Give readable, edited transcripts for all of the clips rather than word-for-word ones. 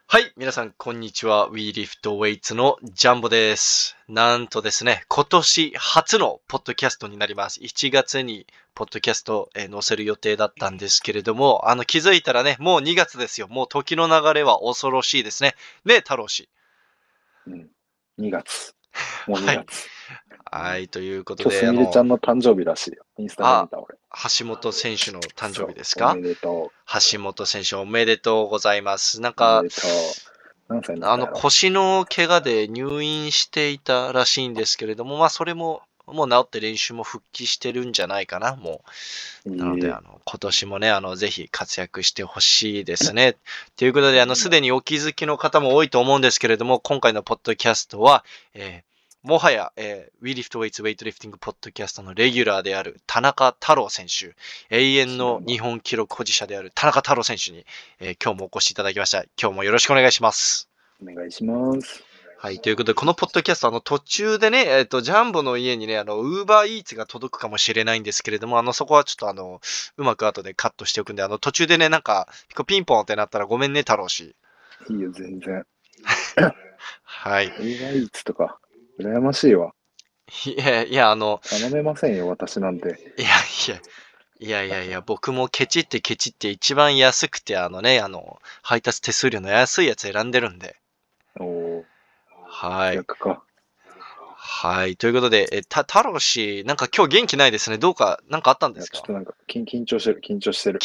はい、皆さん、こんにちは。We Lift Weights のジャンボです。なんとですね、今年初のポッドキャストになります。1月にポッドキャスト載せる予定だったんですけれども、気づいたらね、もう2月ですよ。もう時の流れは恐ろしいですね。ね、太郎氏。 うん。2月。もうはい。 2月。 はい、ということ今日すで、 みれちゃんの誕生日らしいよ。インスタで見た俺。 橋本選手の誕生日そう。おですか？ めでと橋本選手おめでとうございます。なんう。おめか、 でとう。何歳になったんやろ。 腰の怪我で入院していたらしいんですけれども、まあ、それも、もう治って練習も復帰してるんじゃないかな、もう。なので、 いいえ。 今年もね、ぜひ活躍してほしいですね。ということで、すでにお気づきの方も多いと思うんですけれども、今回のポッドキャストは、もはや、We Lift Weights Weightlifting ポッドキャストのレギュラーである田中太郎選手、永遠の日本記録保持者である田中太郎選手に、今日もお越しいただきました。今日もよろしくお願いします。 お願いします。 はい。ということで、このポッドキャスト、途中でね、ジャンボの家にね、ウーバーイーツが届くかもしれないんですけれども、そこはちょっとうまく後でカットしておくんで、途中でね、なんか、ピンポンってなったらごめんね、太郎氏。 いいよ、全然。 はい。 ウーバーイーツとか、羨ましいわ。 いや、いや、 頼めませんよ、私なんて。 僕もケチって一番安くて、配達手数料の安いやつ選んでるんで。 おー、 はい。 逆か。 はい。ということで、太郎氏、なんか今日元気ないですね。どうか、なんかあったんいや、 ですか？ ちょっとなんか、緊張してる、緊張してる。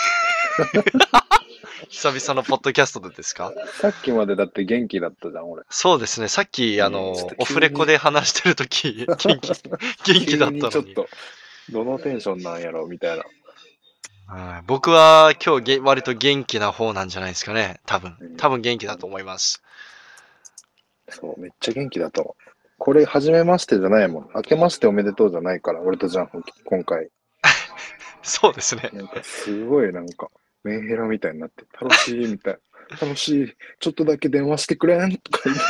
久々のポッドキャストでですか？ さっきまでだって元気だったじゃん、俺。 そうですね。さっき、 ちょっとオフレコで話してるとき、元気だ急ったのに。 にちょっと、どのテンションなんやろ、みたいな。 はい、僕は今日割と元気な方なんじゃないですかね。多分。 うん多分元気だと思います。 そう、めっちゃ元気だったわ。これ、初めましてじゃないもん。明けましておめでとうじゃないから、俺とジャン、今回。 そうですね。 なんか、すごいなんか、メンヘラみたいになって、楽しいみたい。楽しい。ちょっとだけ電話してくれんとか言って。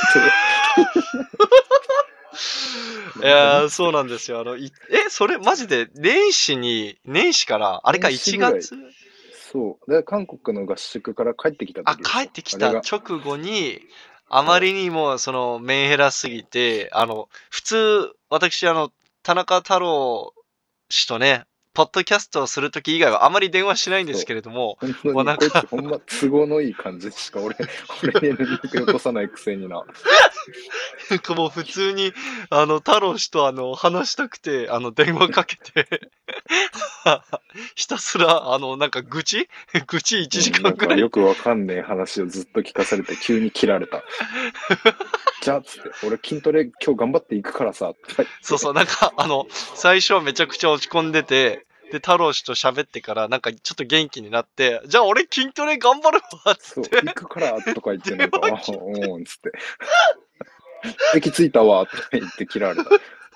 いやー、そうなんですよ。それマジで年始から、あれか年始 1 ぐらい。 月そう。で、韓国の合宿から帰ってきた時でしょ。 帰ってきたあれが。 直後に、あまそりにもそのメンヘラすぎて、普通、私田中太郎氏とね、ポッドキャストをするとき以外はあまり電話しないんでう。そう。 すけれども、 本当に、 もうなんかこいつほんま都合のいい感じしか俺に連絡よこさないくせにな。 なんかもう普通に、太郎氏と話したくて、電話かけてひたすら、なんか愚痴1時なん間ぐらい。 かよくわかんねえ話をずっと聞かされて急に切られた。じゃあ、つって、俺筋トレ今日頑張っていくからさ、って言ってそうそう、なんか、最初はめちゃくちゃ落ち込んでて、で、太郎氏と喋ってから、なんかちょっと元気になって、じゃあ俺筋トレ頑張るわ、つそう、 って。 行くからとか言ってなんか、 電話あ、つって、駅着いたわ、とか言って切られた。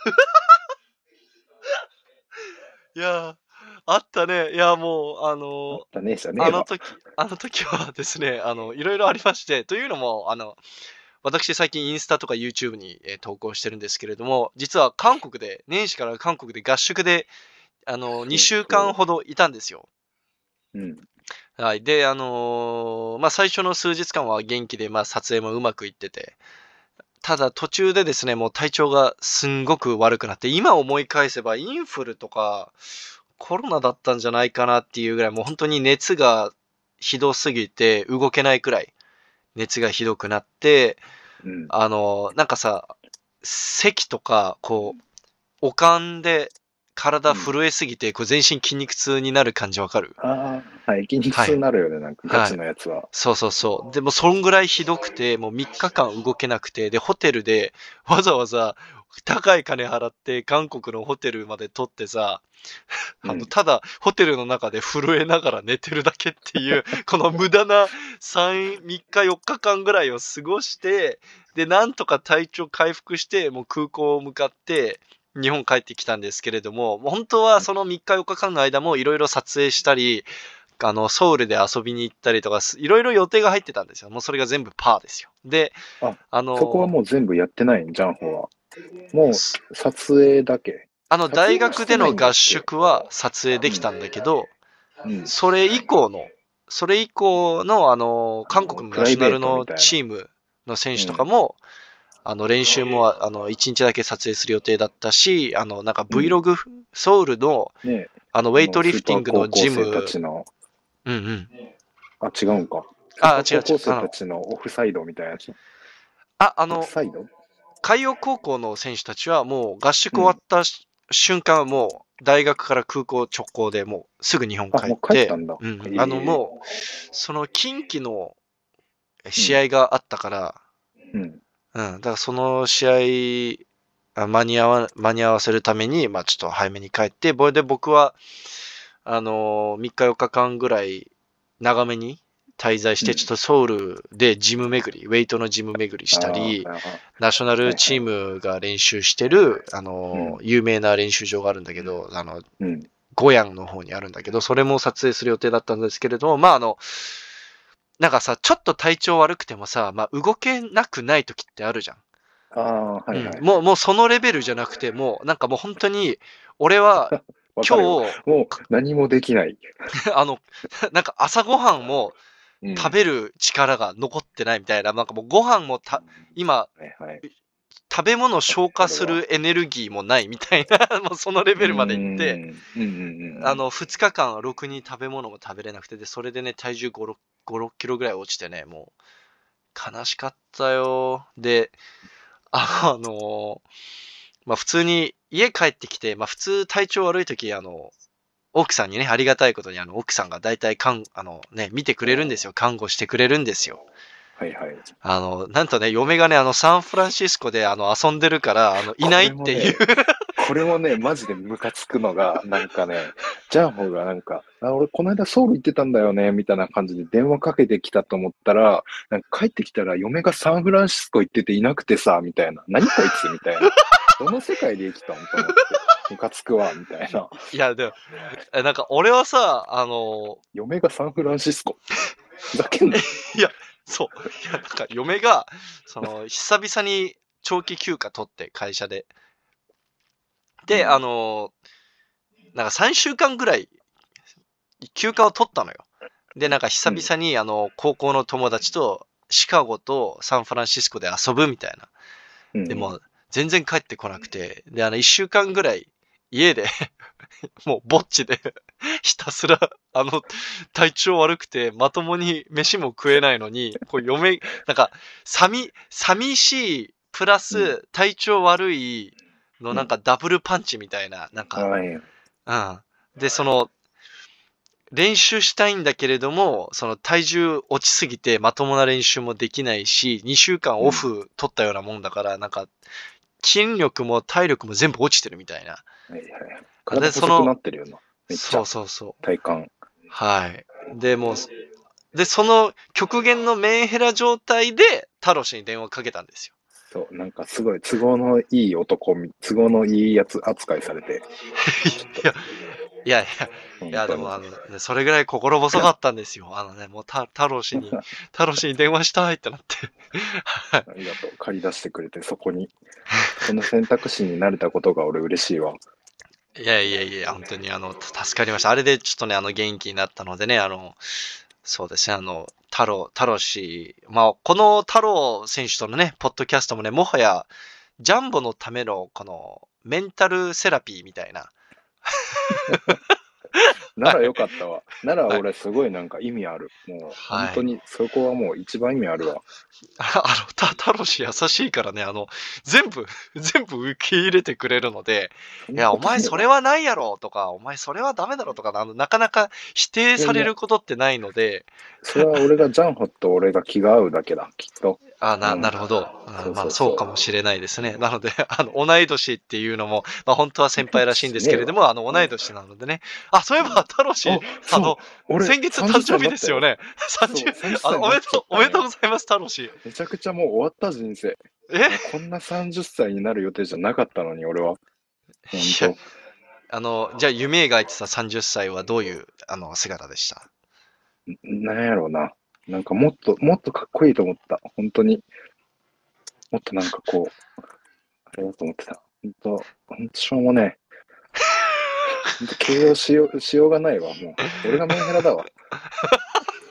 いやー、あったね。いや、もう、 あったねえじゃねえわ。 あの時はですね、いろいろありまして、というのも、私最近インスタとか YouTube に、投稿してるんですけれども、実は年始から韓国で合宿で、2週間そほどいたんですよ。 う。うん。 はい。で、まあ、最初の数日間は元気で、まあ、撮影もうまくいってて、ただ途中でですね、もう体調がすんごく悪くなって、今思い返せばインフルとかコロナだったんじゃないかなっていうぐらい、もう本当に熱がひどすぎて動けないくらい熱がひどくなって、 うん。 なんかさ、咳とか、こう、悪寒で体うん。 震えすぎて、こう全身筋肉痛になる感じわかる？ ああ、はい、筋肉はい。 痛になるよね、なんかガはい。 チのやつは。 そうそうそう。でも、そんぐらいひどくて、もう3日間動けなくて、で、ホテルでわざわざ高い金払って韓国のホテルまで取ってさ、 うん。 ただホテルの中で震えながら寝てるだけっていう、この無駄な3日4日間ぐらいを過ごして、で、なんとか体調回復して、もう空港を向かって、日本帰ってきたんですけれども、もう本当はその3日4日間の間もいろいろ撮影したり、ソウルで遊びに行ったりとか、いろいろ予定が入ってたんですよ。もうそれが全部パーですよ。で、 あ、 あそこはの、 もう全部やってないん、ジャンホは。もう撮影だけ。撮大影はしてない学での合んだっけ？ 宿は撮影できたんだけど、 うん。 それ以降のそれ以降の、韓国のナショナルのチームの選手とかも、練習も、1日だけ撮影する予定だったし、なんか Vlog、ソウルの、 ね、 ウェイトリフティングのジム。 スーパー高校生たちの、 うんうん。 あ、違うんか。 あ、違う違う。 高校生たちのオフサイドみたいなやつ。オフサイド？ 海洋高校の選手たちはもう合宿終わった瞬間はもう大学から空港直行でもうすぐ日本帰って、 もう帰ったんだ。 もうその近畿の試合があったから、だからその試合間に合わせるために、まあちょっと早めに帰って、これで僕は3日4日間ぐらい長めに滞在して、ちょっとソウルでジム巡り、ウェイトのジム巡りしたり、ナショナルチームが練習してる、有名な練習場があるんだけど、ゴヤンの方にあるんだけど、それも撮影する予定だったんですけれども、まあなんかさ、ちょっと体調悪くてもさ、まあ動けなくない時ってあるじゃん。もうそのレベルじゃなくて、もうなんかもう本当に、俺は今日、 もう何もできない。 なんか朝ごはんも食べる力が残ってないみたいな、なんかもうご飯も今、食べ物消化するエネルギーもないみたいな、もうそのレベルまでいって、2日間ろくに食べ物も食べれなくて、で、それでね、体重5、6キロぐらい落ちてね、もう、悲しかったよ。で、まあ普通に家帰ってきて、まあ普通体調悪い時、奥さんにね、ありがたいことに奥さんが大体見てくれるんですよ。看護してくれるんですよ。なんとね、嫁がね、サンフランシスコで遊んでるから、いないっていう。 これもね、マジでムカつくのが、なんかね、ジャンホがなんか、俺この間ソウル行ってたんだよね、みたいな感じで電話かけてきたと思ったら、なんか帰ってきたら嫁がサンフランシスコ行ってていなくてさ、みたいな。何こいつみたいな。どの世界で生きたんと思って。ムカつくわ、みたいな。 いや、でも、なんか俺はさ、 嫁がサンフランシスコ。ふざけんな。 いや、そう。いや、なんか嫁が、久々に長期休暇取って、会社で。で、なんか3週間ぐらい休暇を取ったのよ。で、なんか久々に高校の友達とシカゴとサンフランシスコで遊ぶみたいな。でも、全然帰ってこなくて、で、1週間ぐらい家でもうぼっちでひたすら、体調悪くてまともに飯も食えないのに、こうなんか、寂しい、プラス体調悪いのなんかダブルパンチみたいな、なんか、で、練習したいんだけれども、体重落ちすぎてまともな練習もできないし、2週間オフ取ったようなもんだから、なんか、筋力も体力も全部落ちてるみたいな。 体細くなってるよな。めっちゃ。 そう。 体感。 はい。で、その極限のメンヘラ状態で、タロシに電話かけたんですよ。 そう、なんかすごい都合のいい男、都合のいいやつ扱いされて。 いや、でもそれぐらい心細かったんですよ。もうタロシに電話したいってなって。 ありがとう。借り出してくれて、その選択肢になれたことが俺嬉しいわ。 いや、本当に助かりました。あれでちょっとね、元気になったのでね、そうですね、タロシ、まあ、このタロ選手とのね、ポッドキャストもね、もはや、ジャンボのための、この、メンタルセラピーみたいな。 ならよかったわ。なら俺すごいなんか意味ある。もう本当にそこはもう一番意味あるわ。 タロシ優しいからね、全部受け入れてくれるので、いや、お前それはないやろとか、お前それはダメだろとか、なかなか否定されることってないので。 それは俺がジャンホと俺が気が合うだけだ、きっと。 なるほど。まあそうかもしれないですね。なので、同い年っていうのも、まあ本当は先輩らしいんですけれども、同い年なのでね。そういえば、タロシ、先月誕生日ですよね。おめでとうございます、タロシ。 めちゃくちゃもう終わった人生。こんな30歳になる予定じゃなかったのに、俺は。 じゃあ、夢描いてた30歳はどういう、姿でした？ なんやろうな。なんかもっとかっこいいと思った。本当に。もっとなんかこう、あれだと思ってた。本当しょうもねえ。形容しようがないわ。もう、俺がメンヘラだわ。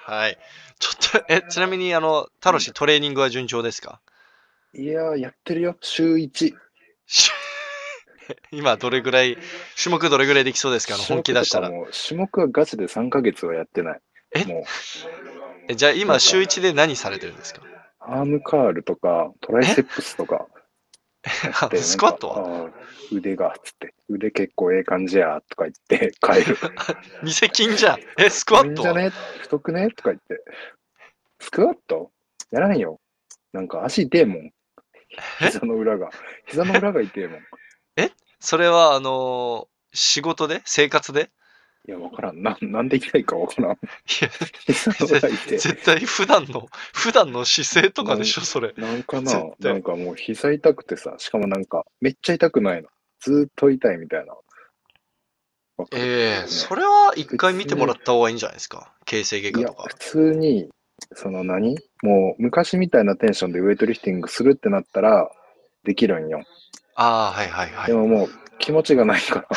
はい。ちょっと、ちなみに、タロシトレーニングは順調ですか？ いやー、やってるよ。週1。 し今、どれぐらい、種目どれぐらいできそうですか？ 種本気目出したら。 とかも、種目はガチで3ヶ月はやってない。 えもじゃあう、なんか、 今週1で何されてるんですか？ アームカールとか、トライえセップスとかやって、なんか、 スクワットは腕が、つって、腕結構ええ感じや、とか言って帰る。 偽金じゃん。スクワットはいいんじゃね太くねとか言って。スクワットやらんよ。なんか足痛えもん。膝の裏が。膝の裏が痛えもん。 それは、仕事で生活でいや、わからん。なんで痛いかわからん。 いや、 膝の裏痛え。 絶対普段の姿勢とかでしょ、それ。 なんかな、 絶対なんかもう膝痛くてさ、しかもなんかめっちゃ痛くないの。ずーっと痛いみたいな。わかる、 それは一回見てもらった方がいいんじゃないですか。形成外いや、 科とか。 普通に、もう昔みたいなテンションでウェイトリフティングするってなったら、できるんよ。 ああ、はいはいはい。 でももう気持ちがないから。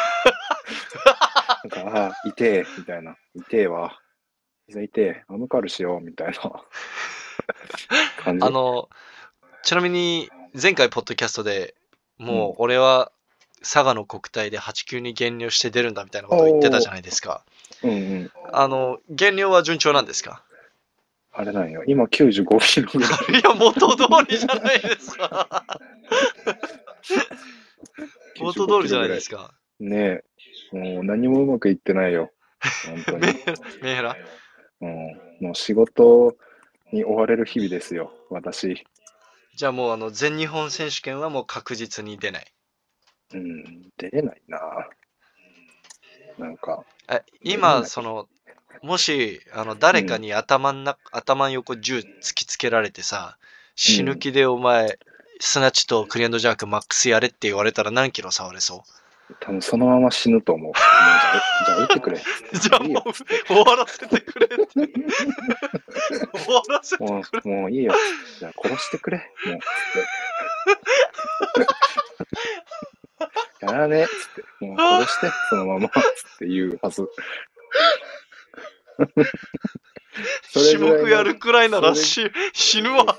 なんか、ああ、痛え、みたいな。痛えわ。膝痛え、アームカールしよう、みたいな感じ。 ちなみに、前回ポッドキャストでもう俺は佐賀の国体で8級に減量して出るんだみたいなことを言ってたじゃないですか。 うんうん。 減量は順調なんですか？ あれなんよ。今95キロぐらい。 いや、元通りじゃないですか。元通りじゃないですか。 ねえ。もう何もうまくいってないよ。本当に。 メンヘラうん。もう仕事に追われる日々ですよ、私。 じゃあもう全日本選手権はもう確実に出ない。 うん、出れないな。なんか、 今、もし、誰かに頭横銃突きつけられてさ、死ぬ気でお前、スナッチとクリアンドジャークマックスやれって言われたら何キロ触れそ多分そのまま死ぬと思う。もうじゃあ打ってくれ。 う？じゃあもう終わらせてくれって。終わらせてくれ。 もういいよ。じゃあ殺してくれ。もう、つって。やらねえ。つって。もう殺して、そのまま。つって言うはず。 種目やるくらいなら死ぬわ。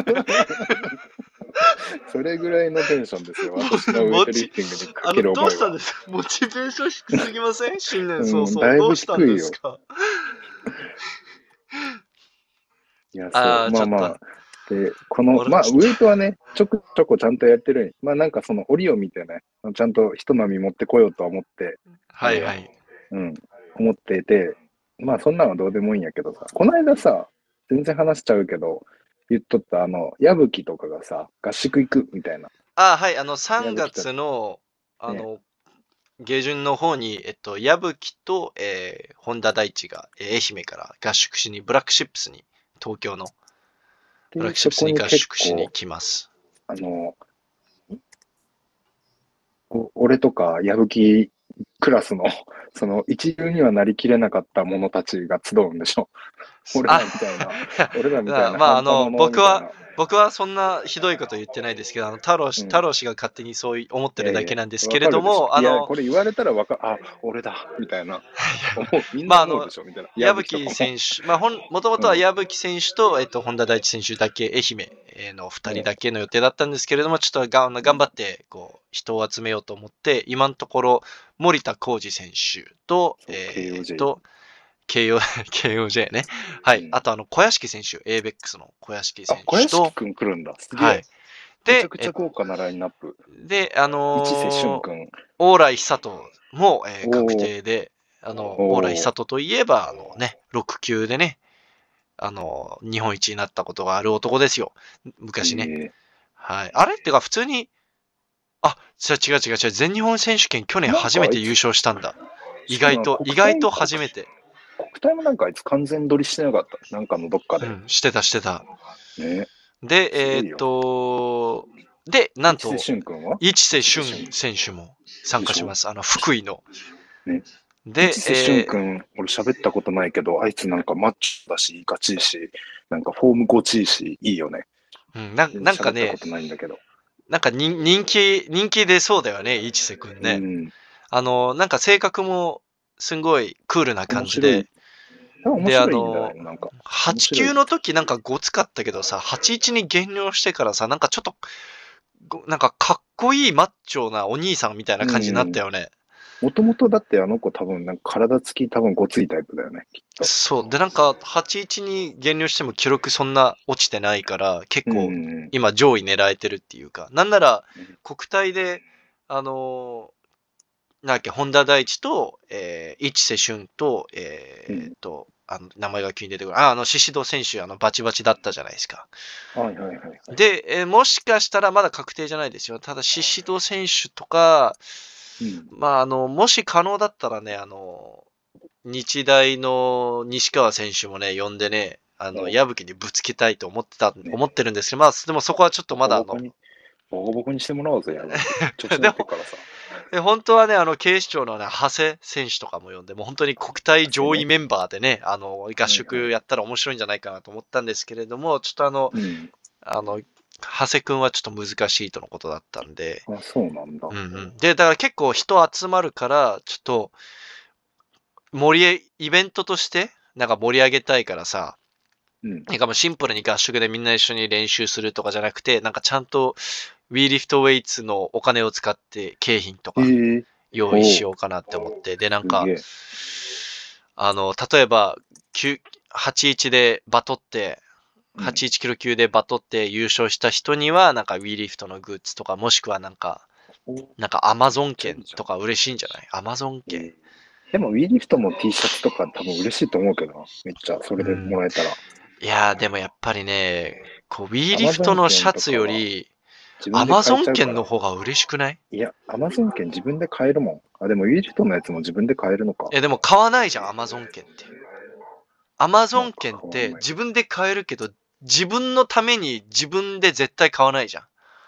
それぐらいのテンションですよ。私のウェイトリフティングにかける思いは。 どうしたんですか？モチベーション低すぎません？新年早々。 だいぶどうしたんですか？ いや、そう。まあまあ。で、ウ笑っちゃったェイトはね、ちょこちょこちゃんとやってる。まあなんか折を見てね、ちゃんと人並み持ってこようとは思って、 はいはい。 思っていて、まあそんなのはどうでもいいんやけどさ、この間さ、全然話しちゃうけど、言っとった矢吹とかがさ、合宿行くみたいな。 はい、3月の、下旬の方に、矢吹と、本田大地が、愛媛から合宿しに、ブラックシップスに、東京のブラックシップスに合宿しに来ます。 俺とか矢吹クラスの、一流にはなりきれなかった者たちが集うんでしょ。俺らみたいな。 まあ、僕はそんなひどいこと言ってないですけど、太郎氏が勝手にそう思ってるだけなんですけれども、 いや、これ言われたら俺だ、みたいな。みんな思うでしょ、みたいな。 矢吹選手、もともとは矢吹選手と、本田大地選手だけ、愛媛の2人だけの予定だったんですけれども、ちょっと頑張って、人を集めようと思って、今のところ、森田浩二選手と、KOJ ね。はい。あと、小屋敷選手、ABEX の小屋敷選手と。 小屋敷くん来るんだ。すげえ。 はい。 で、めちゃくちゃ豪華なラインナップ。 で、 一瀬俊くん。 往来久人も、確定で、往来久人といえば、6級でね、日本一になったことがある男ですよ。昔ね。はい。あれってか、普通に、違う。全日本選手権去年初めて優勝したんだ。意外と初めて。 国体もなんかあいつ完全取りしてなかった。なんかのどっかで。 してた。 ね。 で、なんと、一瀬俊選手も参加します。福井の。 ね。で、一瀬俊君、俺喋ったことないけど、あいつなんかマッチョだし、ガチいし、なんかフォームゴチいし、いいよね。 なんかね、なんか人気出そうだよね、一瀬君ね。なんか性格もすごいクールな感じで。 面で、 白いんだよ、なんか。面 8 白い級の時なんかごつかったけどさ、81に減量してからさ、なんかちょっと、なんかかっこいいマッチョなお兄さんみたいな感じになったよね。 もともとだってあの子多分、なんか体つき多分ごついタイプだよね、きっと。 そう。で、なんか、81に減量しても記録そんな落ちてないから、結構、今上位狙えてるっていうか、なんなら、国体で、なんだっけ、本田大地と、市瀬俊と、名前が急に出てくる。宍戸選手、バチバチだったじゃないですか。 はいはいはい。 で、もしかしたらまだ確定じゃないですよ。ただ、宍戸選手とか、まあ、もし可能だったらね、日大の西川選手もね、呼んでね、矢吹にぶつけたいと思ってるんですけど、まあ、でもそこはちょっとまだボコボコにしてもらおうぜ、やばい。調子乗ってからさ。 本当はね、警視庁のね、長谷選手とかも呼んで、もう本当に国体上位メンバーでね、合宿やったら面白いんじゃないかなと思ったんですけれども、ちょっと長谷くんはちょっと難しいとのことだったんで。 あ、そうなんだ。 で、だから結構人集まるから、ちょっと、イベントとして、なんか盛り上げたいからさ、なんかもうシンプルに合宿でみんな一緒に練習するとかじゃなくて、なんかちゃんと We Lift Weights のお金を使って景品とか用意しようかなって思って、で、なんか、例えば、81でバトって、81キロ級でバトって優勝した人には、なんか We Lift のグッズとか、もしくはなんか Amazon 券とか嬉しいんじゃない ?Amazon 券。 でも We Lift も T シャツとか多分嬉しいと思うけどな。めっちゃ、それでもらえたら。 いやー、でもやっぱりね、We Lift のシャツより、Amazon 券の方が嬉しくない？ いや、Amazon 券自分で買えるもん。でも We Lift のやつも自分で買えるのか。 でも買わないじゃん、Amazon 券って。Amazon 券って自分で買えるけど、自分のために自分で絶対買わないじゃん。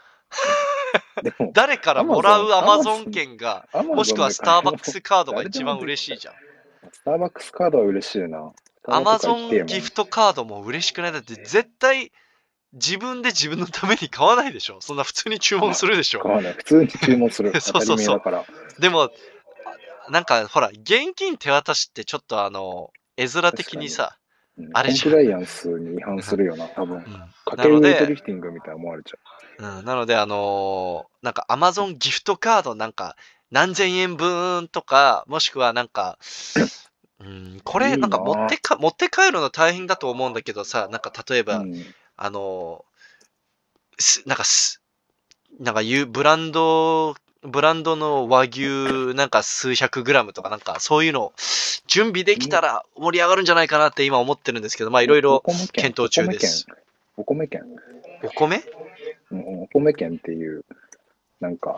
誰からもらう Amazon 券が、もしくはスターバックスカードが一番嬉しいじゃん。 スターバックスカードは嬉しいな。 Amazon ギフトカードも嬉しくない？だって絶対自分で自分のために買わないでしょ。そんな普通に注文するでしょ。 買わない。普通に注文する。 そうそうそう。でも、なんかほら、現金手渡しってちょっと絵面的にさ、 あれじゃん。コンプライアンスに違反するよな、多分。家計ウェイトリフティングみたいな思われちゃう。なので、なんか Amazon ギフトカードなんか何千円分とか、もしくはなんか、これなんか持って帰るの大変だと思うんだけどさ、なんか例えば、なんかブランドの和牛なんか数百グラムとかなんかそういうの準備できたら盛り上がるんじゃないかなって今思ってるんですけど、まあいろいろ検討中です。 お米券。 お米？ お米券っていう、なんか、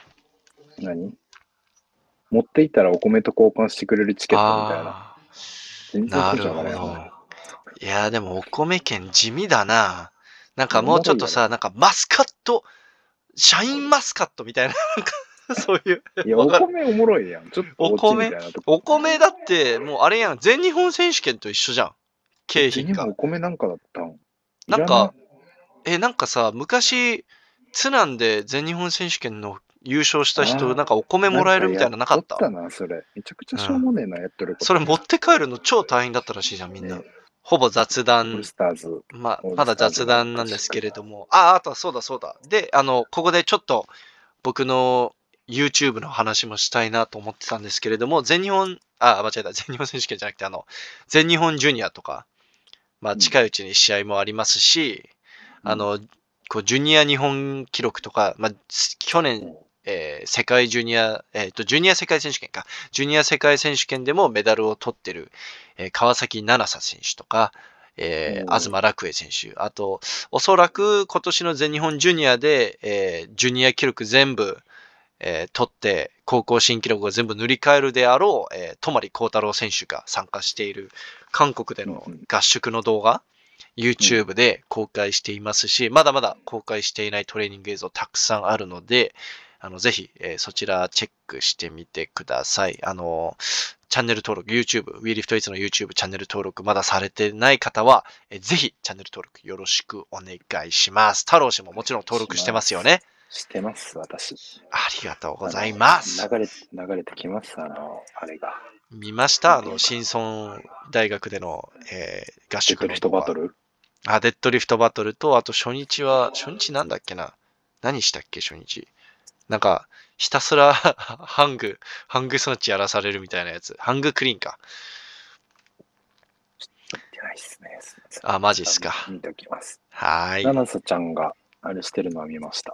持っていったらお米と交換してくれるチケットみたいな。 なるほど。いやでもお米券地味だな。なんかもうちょっとさ、なんかマスカット、シャインマスカットみたいな、なんかそういう。 いや、お米おもろいやん。ちょっとお米だって、もうあれやん。全日本選手権と一緒じゃん。景品が。 お米なんかだったん？ なんか、なんかさ、昔、津南で全日本選手権の優勝した人、なんかお米もらえるみたいななかった？ あったな、それ。めちゃくちゃしょうもねえな、やってること。 それ持って帰るの超大変だったらしいじゃん、みんな。ほぼ雑談。まだ雑談なんですけれども。あとはそうだ。で、ここでちょっと僕の YouTube の話もしたいなと思ってたんですけれども、間違えた。全日本選手権じゃなくて、全日本ジュニアとか、まあ近いうちに試合もありますし、ジュニア日本記録とか、まあ去年、世界ジュニア、ジュニア世界選手権か。ジュニア世界選手権でもメダルを取ってる、川崎奈々紗選手とか、東楽栄選手。あと、おそらく今年の全日本ジュニアで、ジュニア記録全部、取って、高校新記録を全部塗り替えるであろう、泊幸太郎選手が参加している韓国での合宿の動画、YouTube で公開していますし、まだまだ公開していないトレーニング映像たくさんあるので、ぜひ、そちらチェックしてみてください。チャンネル登録、YouTube、WeLiftWeights の YouTube チャンネル登録まだされてない方は、ぜひチャンネル登録よろしくお願いします。太郎氏ももちろん登録してますよね。 してます、私。 ありがとうございます。 流れてきます、あれが。 見ました新村大学での、合デッドリフト宿の動画。 バトル。 デッドリフトバトルと、あと初日なんだっけな。何したっけ、初日。なんか、ひたすらハングスナッチやらされるみたいなやつ。ハングクリーンか。 見てないっすね。 マジっすか。 見ておきます。 はーい。 ナナサちゃんがあれしてるのは見ました。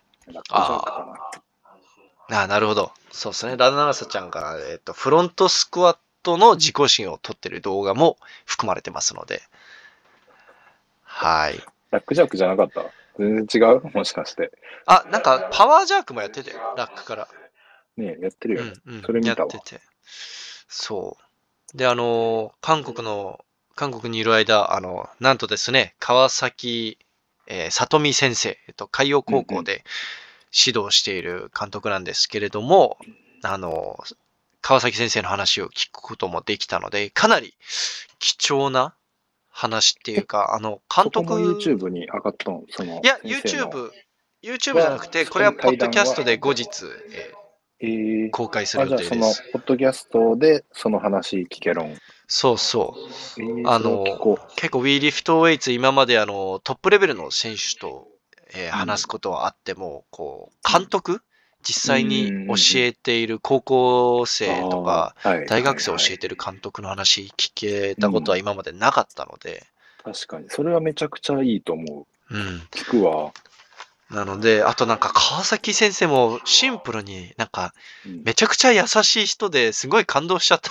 なるほど。そうですね。ラナナサちゃんが、フロントスクワットの自己新を撮ってる動画も含まれてますので。はい。 ラックジャックじゃなかった？全然違う？もしかして。 なんか、パワージャークもやってて、ラックから。 ねえ、やってるよね。それ見たわ。 やってて。そう。で、韓国にいる間、なんとですね、川崎、里見先生、海洋高校で指導している監督なんですけれども、川崎先生の話を聞くこともできたので、かなり貴重な話っていうか、監督。 そこも YouTube に上がったの？ いや、YouTube じゃなくて、これはポッドキャストで後日、公開する予定です。 じゃあそのポッドキャストでその話聞けろん。 そうそう。結構 We Lift Weights 今までトップレベルの選手と、話すことはあっても、監督、実際に教えている高校生とか、大学生を教えている監督の話聞けたことは今までなかったので。 確かに。それはめちゃくちゃいいと思う。聞くわ。 なので、あとなんか川崎先生もシンプルになんかめちゃくちゃ優しい人ですごい感動しちゃった。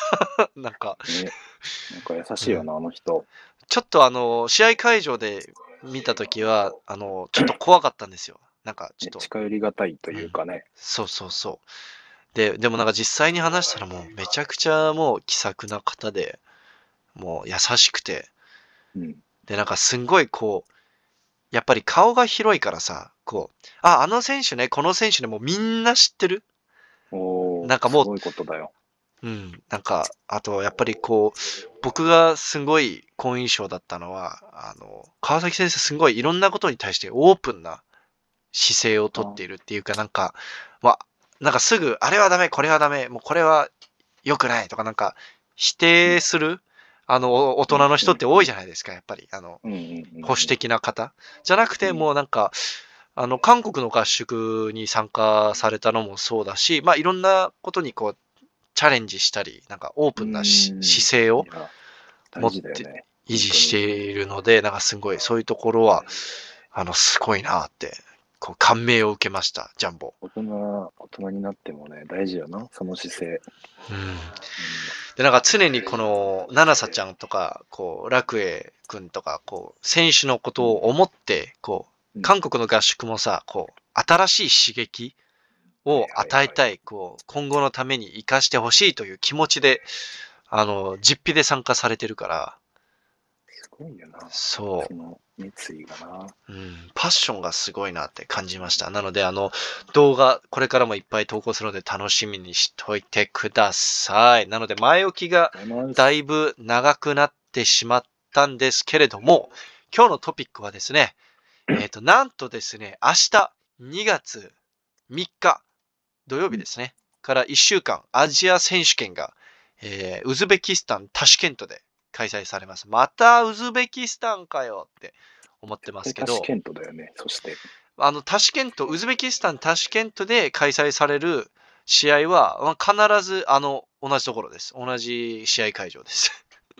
なんか。 なんか優しいよな、あの人。 ちょっと試合会場で見たときは、ちょっと怖かったんですよ。なんかちょっと。 近寄りがたいというかね。 そう。でもなんか実際に話したらもうめちゃくちゃもう気さくな方で、もう優しくて。で、なんかすんごいやっぱり顔が広いからさ、あの選手ね、この選手ね、もうみんな知ってる。 なんかもう、すごいことだよ。 なんか、あと、やっぱり僕がすごい好印象だったのは、川崎先生すごいいろんなことに対してオープンな姿勢をとっているっていうか、なんかすぐ、あれはダメ、これはダメ、もうこれは良くないとか、なんか、否定する、大人の人って多いじゃないですか、やっぱり。保守的な方。じゃなくて、もうなんか、韓国の合宿に参加されたのもそうだし、いろんなことにチャレンジしたり、なんかオープンな姿勢を持って維持しているので、なんかすごい、そういうところは、すごいなって、感銘を受けました、ジャンボ。 大人になってもね、大事よな、その姿勢。 で、なんか常にナナサちゃんとか、楽栄くんとか、選手のことを思って、韓国の合宿もさ、新しい刺激を与えたい、今後のために生かしてほしいという気持ちで、実費で参加されてるから。 すごいよな。 そう。 その熱意がな。 パッションがすごいなって感じました。なので、動画、これからもいっぱい投稿するので楽しみにしといてください。なので、前置きがだいぶ長くなってしまったんですけれども、今日のトピックはですね、なんとですね、明日2月3日土曜日ですね、から1週間アジア選手権が、ウズベキスタンタシケントで開催されます。またウズベキスタンかよって思ってますけど。 タシケントだよね、そして。 タシケント、ウズベキスタンタシケントで開催される試合は、必ず同じところです。同じ試合会場です。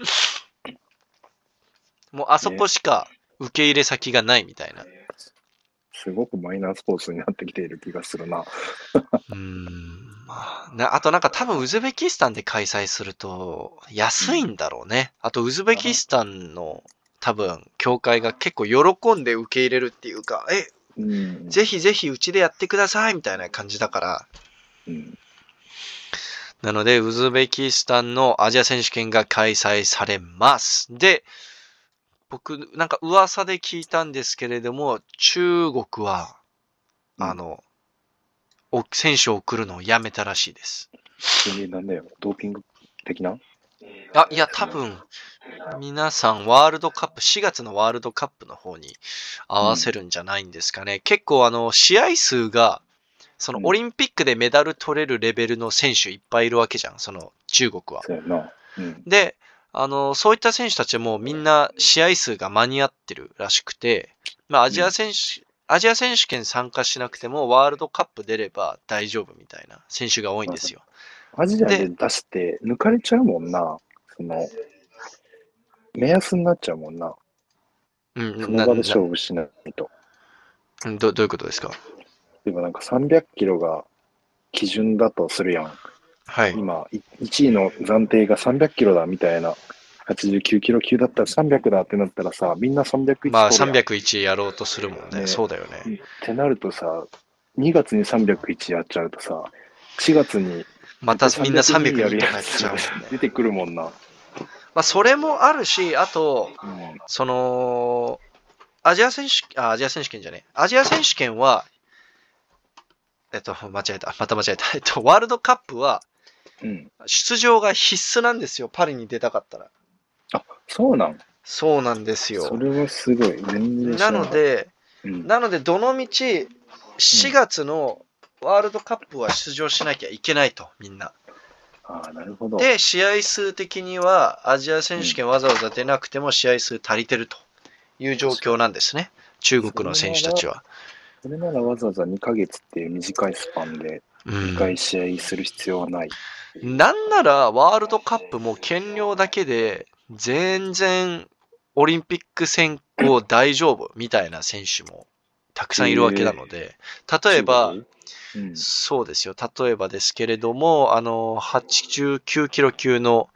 もうあそこしか受け入れ先がないみたいな。 すごくマイナースポーツになってきている気がするな。 あとなんか多分ウズベキスタンで開催すると安いんだろうね。あとウズベキスタンの多分協会が結構喜んで受け入れるっていうか、ぜひぜひうちでやってくださいみたいな感じだから。なのでウズベキスタンのアジア選手権が開催されます。で、僕なんか噂で聞いたんですけれども、中国は選手を送るのをやめたらしいです。 なんだよ、ドーピング的な？ いや、多分、皆さんワールドカップ、4月のワールドカップの方に合わせるんじゃないんですかね。結構試合数がそのオリンピックでメダル取れるレベルの選手いっぱいいるわけじゃん、その中国は。 そうやな。うん。 で、そういった選手たちもみんな試合数が間に合ってるらしくて、まあアジア選手権参加しなくてもワールドカップ出れば大丈夫みたいな選手が多いんですよ。 アジアで出して抜かれちゃうもんな。その、目安になっちゃうもんな。その場で勝負しないと。 どういうことですか？ 例えばなんか300キロが基準だとするやん。 はい。 今、1位の暫定が300キロだみたいな。89キロ級だったら300だってなったらさ、みんな301 まあ取るやん。 301やろうとするもんね。 ねそうだよね。 ってなるとさ、2月に301やっちゃうとさ、4月にまたみんな302 やるとかやっやつちゃうもんね。 出てくるもんな。 まあそれもあるし、あと、その、アジア選手権じゃねえ。アジア選手権は、間違えた。また間違えた。ワールドカップは、出場が必須なんですよ。パリに出たかったら。 あ、そうなん？ そうなんですよ。 それはすごい。全然知らなない。 ので、どのみち、4月のワールドカップは出場しなきゃいけないと、みんな。 ああ、なるほど。 で、試合数的には、アジア選手権わざわざ出なくても試合数足りてるという状況なんですね。中国の選手たちは。 それならわざわざ2ヶ月っていう短いスパンで2回試合する必要はない。 なんならワールドカップも減量だけで全然オリンピック選考大丈夫みたいな選手もたくさんいるわけなので、例えば、そうですよ。例えばですけれども、89キロ級の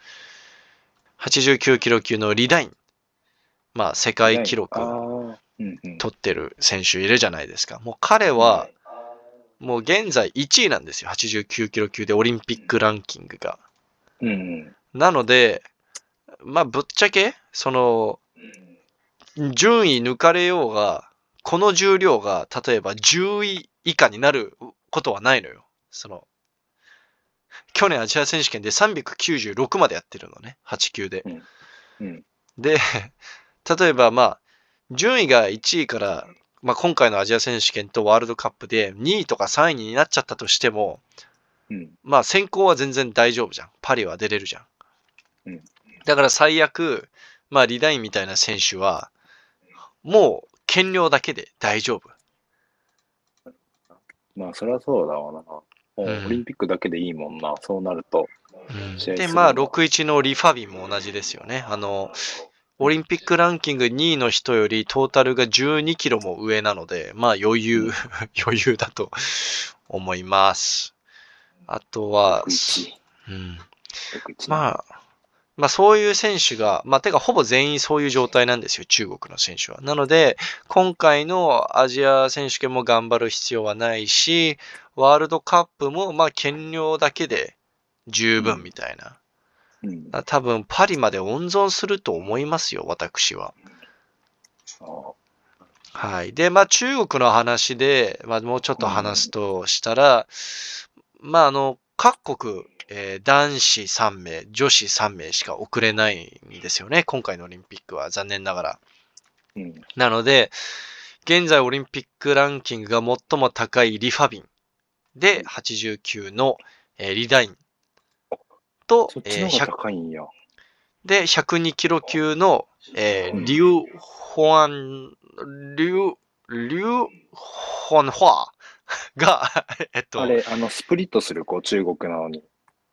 リダイン。まあ、世界記録取ってる選手いるじゃないですか。もう彼は、もう現在1位なんですよ。89キロ級でオリンピックランキングが。なので、まあ、ぶっちゃけ、その、順位抜かれようが、この重量が、例えば10位以下になることはないのよ。その、去年アジア選手権で396までやってるのね。8級で。で、例えばまあ、順位が1位から、まあ今回のアジア選手権とワールドカップで2位とか3位になっちゃったとしても、まあ選考は全然大丈夫じゃん。パリは出れるじゃん。だから最悪、まあリダインみたいな選手は、もう減量だけで大丈夫。 まあそれはそうだわな。オリンピックだけでいいもんな。そうなると。 で、まあ61のリファビンも同じですよね。オリンピックランキング2位の人よりトータルが12キロも上なので、まあ余裕だと思います。あとは、まあそういう選手が、まあてかほぼ全員そういう状態なんですよ、中国の選手は。なので、今回のアジア選手権も頑張る必要はないし、ワールドカップもまあ減量だけで十分みたいな。多分パリまで温存すると思いますよ、私は。はい。で、まあ中国の話で、まあもうちょっと話すとしたら、まあ各国、男子3名、女子3名しか送れないんですよね、今回のオリンピックは残念ながら。なので、現在オリンピックランキングが最も高いリファビンで89の、リダインと、で、102キロ級の、リュウ・ホアンファが、 あれ、スプリットする子、中国なのに。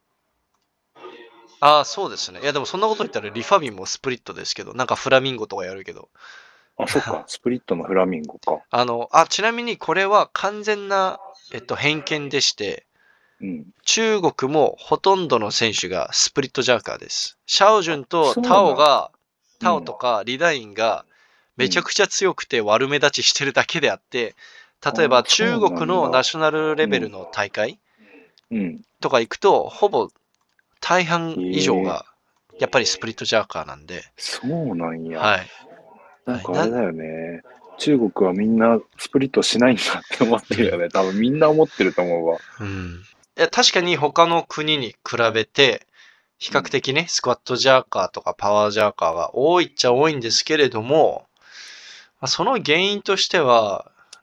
ああ、そうですね。いや、でもそんなこと言ったらリファビンもスプリットですけど、なんかフラミンゴとかやるけど。 あ、そっか、スプリットのフラミンゴか。 ちなみにこれは完全な、偏見でして、中国もほとんどの選手がスプリットジャーカーです。シャオジュンとタオとかリダインがめちゃくちゃ強くて悪目立ちしてるだけであって、例えば中国のナショナルレベルの大会とか行くと、ほぼ大半以上がやっぱりスプリットジャーカーなんで。 そうなんや。 はい。 なんかあれだよね。中国はみんなスプリットしないんだって思ってるよね。多分みんな思ってると思うわ。 いや確かに他の国に比べて、比較的ね、スクワットジャーカーとかパワージャーカーが多いっちゃ多いんですけれども、その原因としては、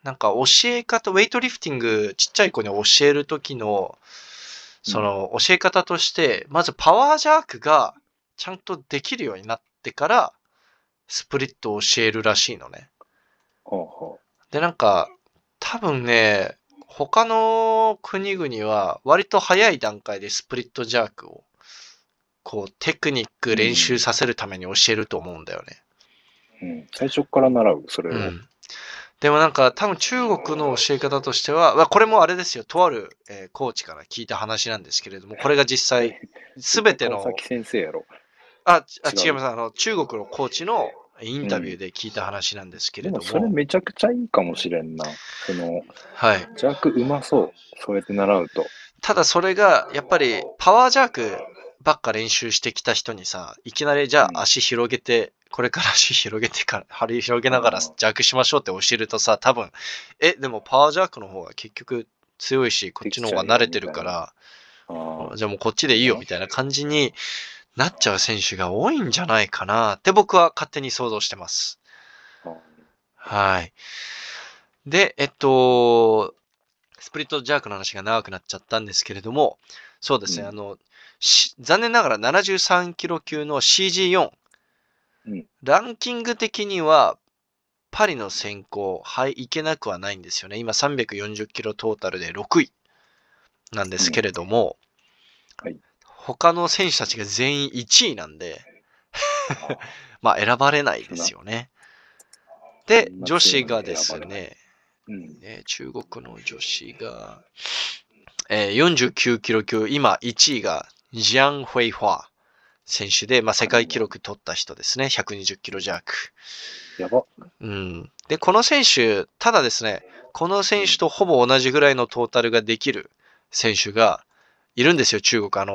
なんか教え方、ウェイトリフティングちっちゃい子に教えるときの、その教え方として、まずパワージャークがちゃんとできるようになってから、スプリットを教えるらしいのね。 ほうほで、なんか、多分ね、他の国々は割と早い段階でスプリットジャークを、こう、テクニック練習させるために教えると思うんだよね。 う。うん。最初から習う、それを。 うん。でもなんか多分中国の教え方としては、まあこれもあれですよ、とある、コーチから聞いた話なんですけれども、これが実際、すべての、 川崎先生やろ。 違います。中国のコーチのインタビューで聞いた話なんですけれども。 でもそれめちゃくちゃいいかもしれんな。 はい。 ジャークうまそう。そうやって習うと。 ただそれが、やっぱりパワージャークばっか練習してきた人にさ、いきなりじゃあ足広げて、これから足広げてから、張り広げながらジャークしましょうって教えるとさ、多分、でもパワージャークの方が結局強いし、こっちの方が慣れてるから、じゃあもうこっちでいいよみたいな感じになっちゃう選手が多いんじゃないかなって僕は勝手に想像してます。はい。で、スプリットジャークの話が長くなっちゃったんですけれども、そうですね、残念ながら73キロ級の CG4、ランキング的にはパリの選考、いけなくはないんですよね。今340キロトータルで6位なんですけれども、他の選手たちが全員1位なんで、まあ選ばれないですよね。で、女子がですね、中国の女子が、49キロ級、今1位がジャン・フェイファー選手で、まあ世界記録取った人ですね。120キロ弱。 やば。 うん。で、この選手、ただですね、この選手とほぼ同じぐらいのトータルができる選手がいるんですよ、中国。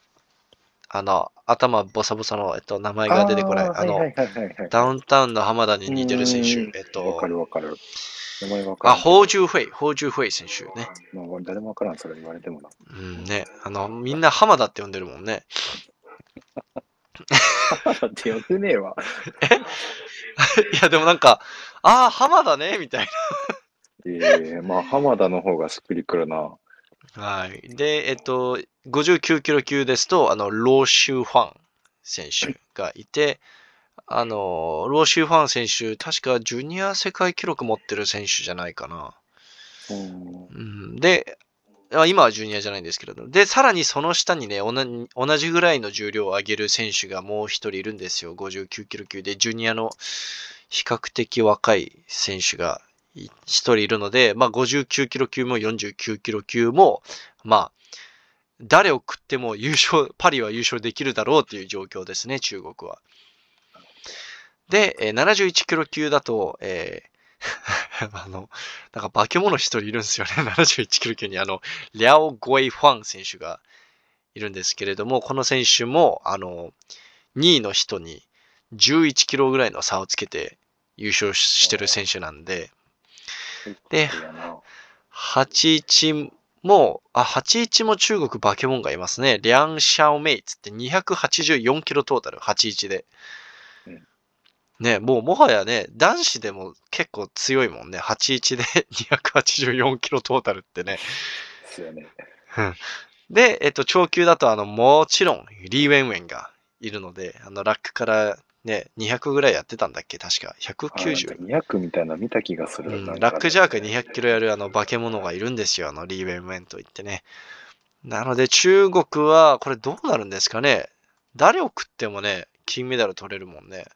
頭ボサボサの、名前が出てこない。ダウンタウンの浜田に似てる選手。 わかるわかる。名前わかる。ホウジュウフェイ選手ね。 まあ、誰もわからん、それ言われてもな。 うんね。みんな浜田って呼んでるもんね。 浜田って呼んでねえわ。 いや、でもなんか、浜田ね、みたいな。まあ、浜田の方がしっくりくるな。 はい。で、59キロ級ですと、ローシュファン選手がいて、ローシュファン選手、確かジュニア世界記録持ってる選手じゃないかな。で、今はジュニアじゃないんですけれど。で、さらにその下にね、同じぐらいの重量を上げる選手がもう一人いるんですよ。59キロ級で、ジュニアの比較的若い選手が一人いるので、まあ59キロ級も49キロ級も、まあ、誰を食ってもパリは優勝できるだろうという状況ですね、中国は。で、71キロ級だと、なんか化け物一人いるんですよね。71キロ級にリャオ・ゴイ・ファン選手がいるんですけれども、この選手も、2位の人に11キロぐらいの差をつけて優勝してる選手なんで、で、81も、81も中国化け物がいますね。リャン・シャオメイツって284キロトータル、81で。ね、もはやね、男子でも結構強いもんね。81で284キロトータルってね。 ですよね。 で、長級だともちろん、リー・ウェンウェンがいるので、ラックからね、200ぐらいやってたんだっけ確か。190。 200みたいな見た気がする。 ラックジャーク200キロやる化け物がいるんですよ。リー・ウェンウェンといってね。なので中国は、これどうなるんですかね。誰を食ってもね、金メダル取れるもんね。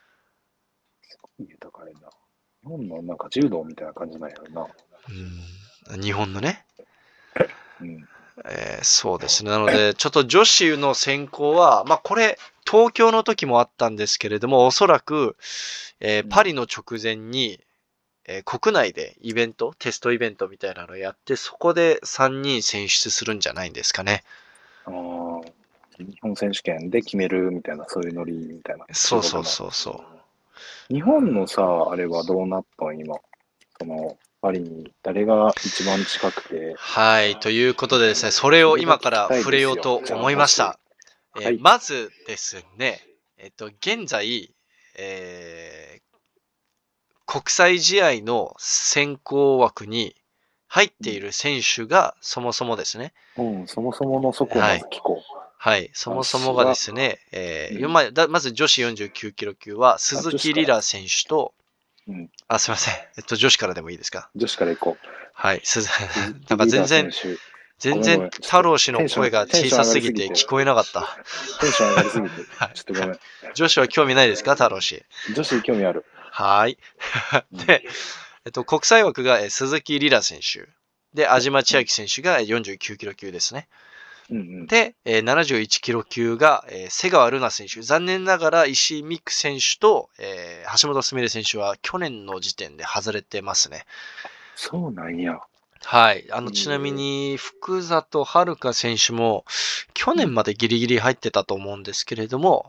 豊かやな。日本のなんか柔道みたいな感じなんやろな。日本のね。 うんそうですね。なので、ちょっと女子の選考は、まあこれ、東京の時もあったんですけれども、おそらく、パリの直前に、国内でテストイベントみたいなのをやって、そこで3人選出するんじゃないんですかね。 日本選手権で決めるみたいな、そういうノリみたいな。 そう。 日本のさ、あれはどうなったん今。パリに誰が一番近くて。 はい、ということでですね、それを今から触れようと思いました。まずですね、現在、 国際試合の選考枠に入っている選手がそもそもですね。 そもそものそこをまず聞こう。 はい、そもそもがですね、まず女子49キロ級は鈴木里来選手と、すいません、女子からでもいいですか？ 女子から行こう。 はい、なんか全然太郎氏の声が小さすぎて聞こえなかった。 テンション上がりすぎて。ちょっとごめん。 女子は興味ないですか、太郎氏？ 女子興味ある。 はい。で、国際枠が鈴木里来選手。で、安島千秋選手が49キロ級ですね。で、71キロ級が瀬川瑠奈選手。残念ながら石井美空選手と橋本すみれ選手は去年の時点で外れてますね。 そうなんや。 はい。ちなみに、福里遥選手も、去年までギリギリ入ってたと思うんですけれども、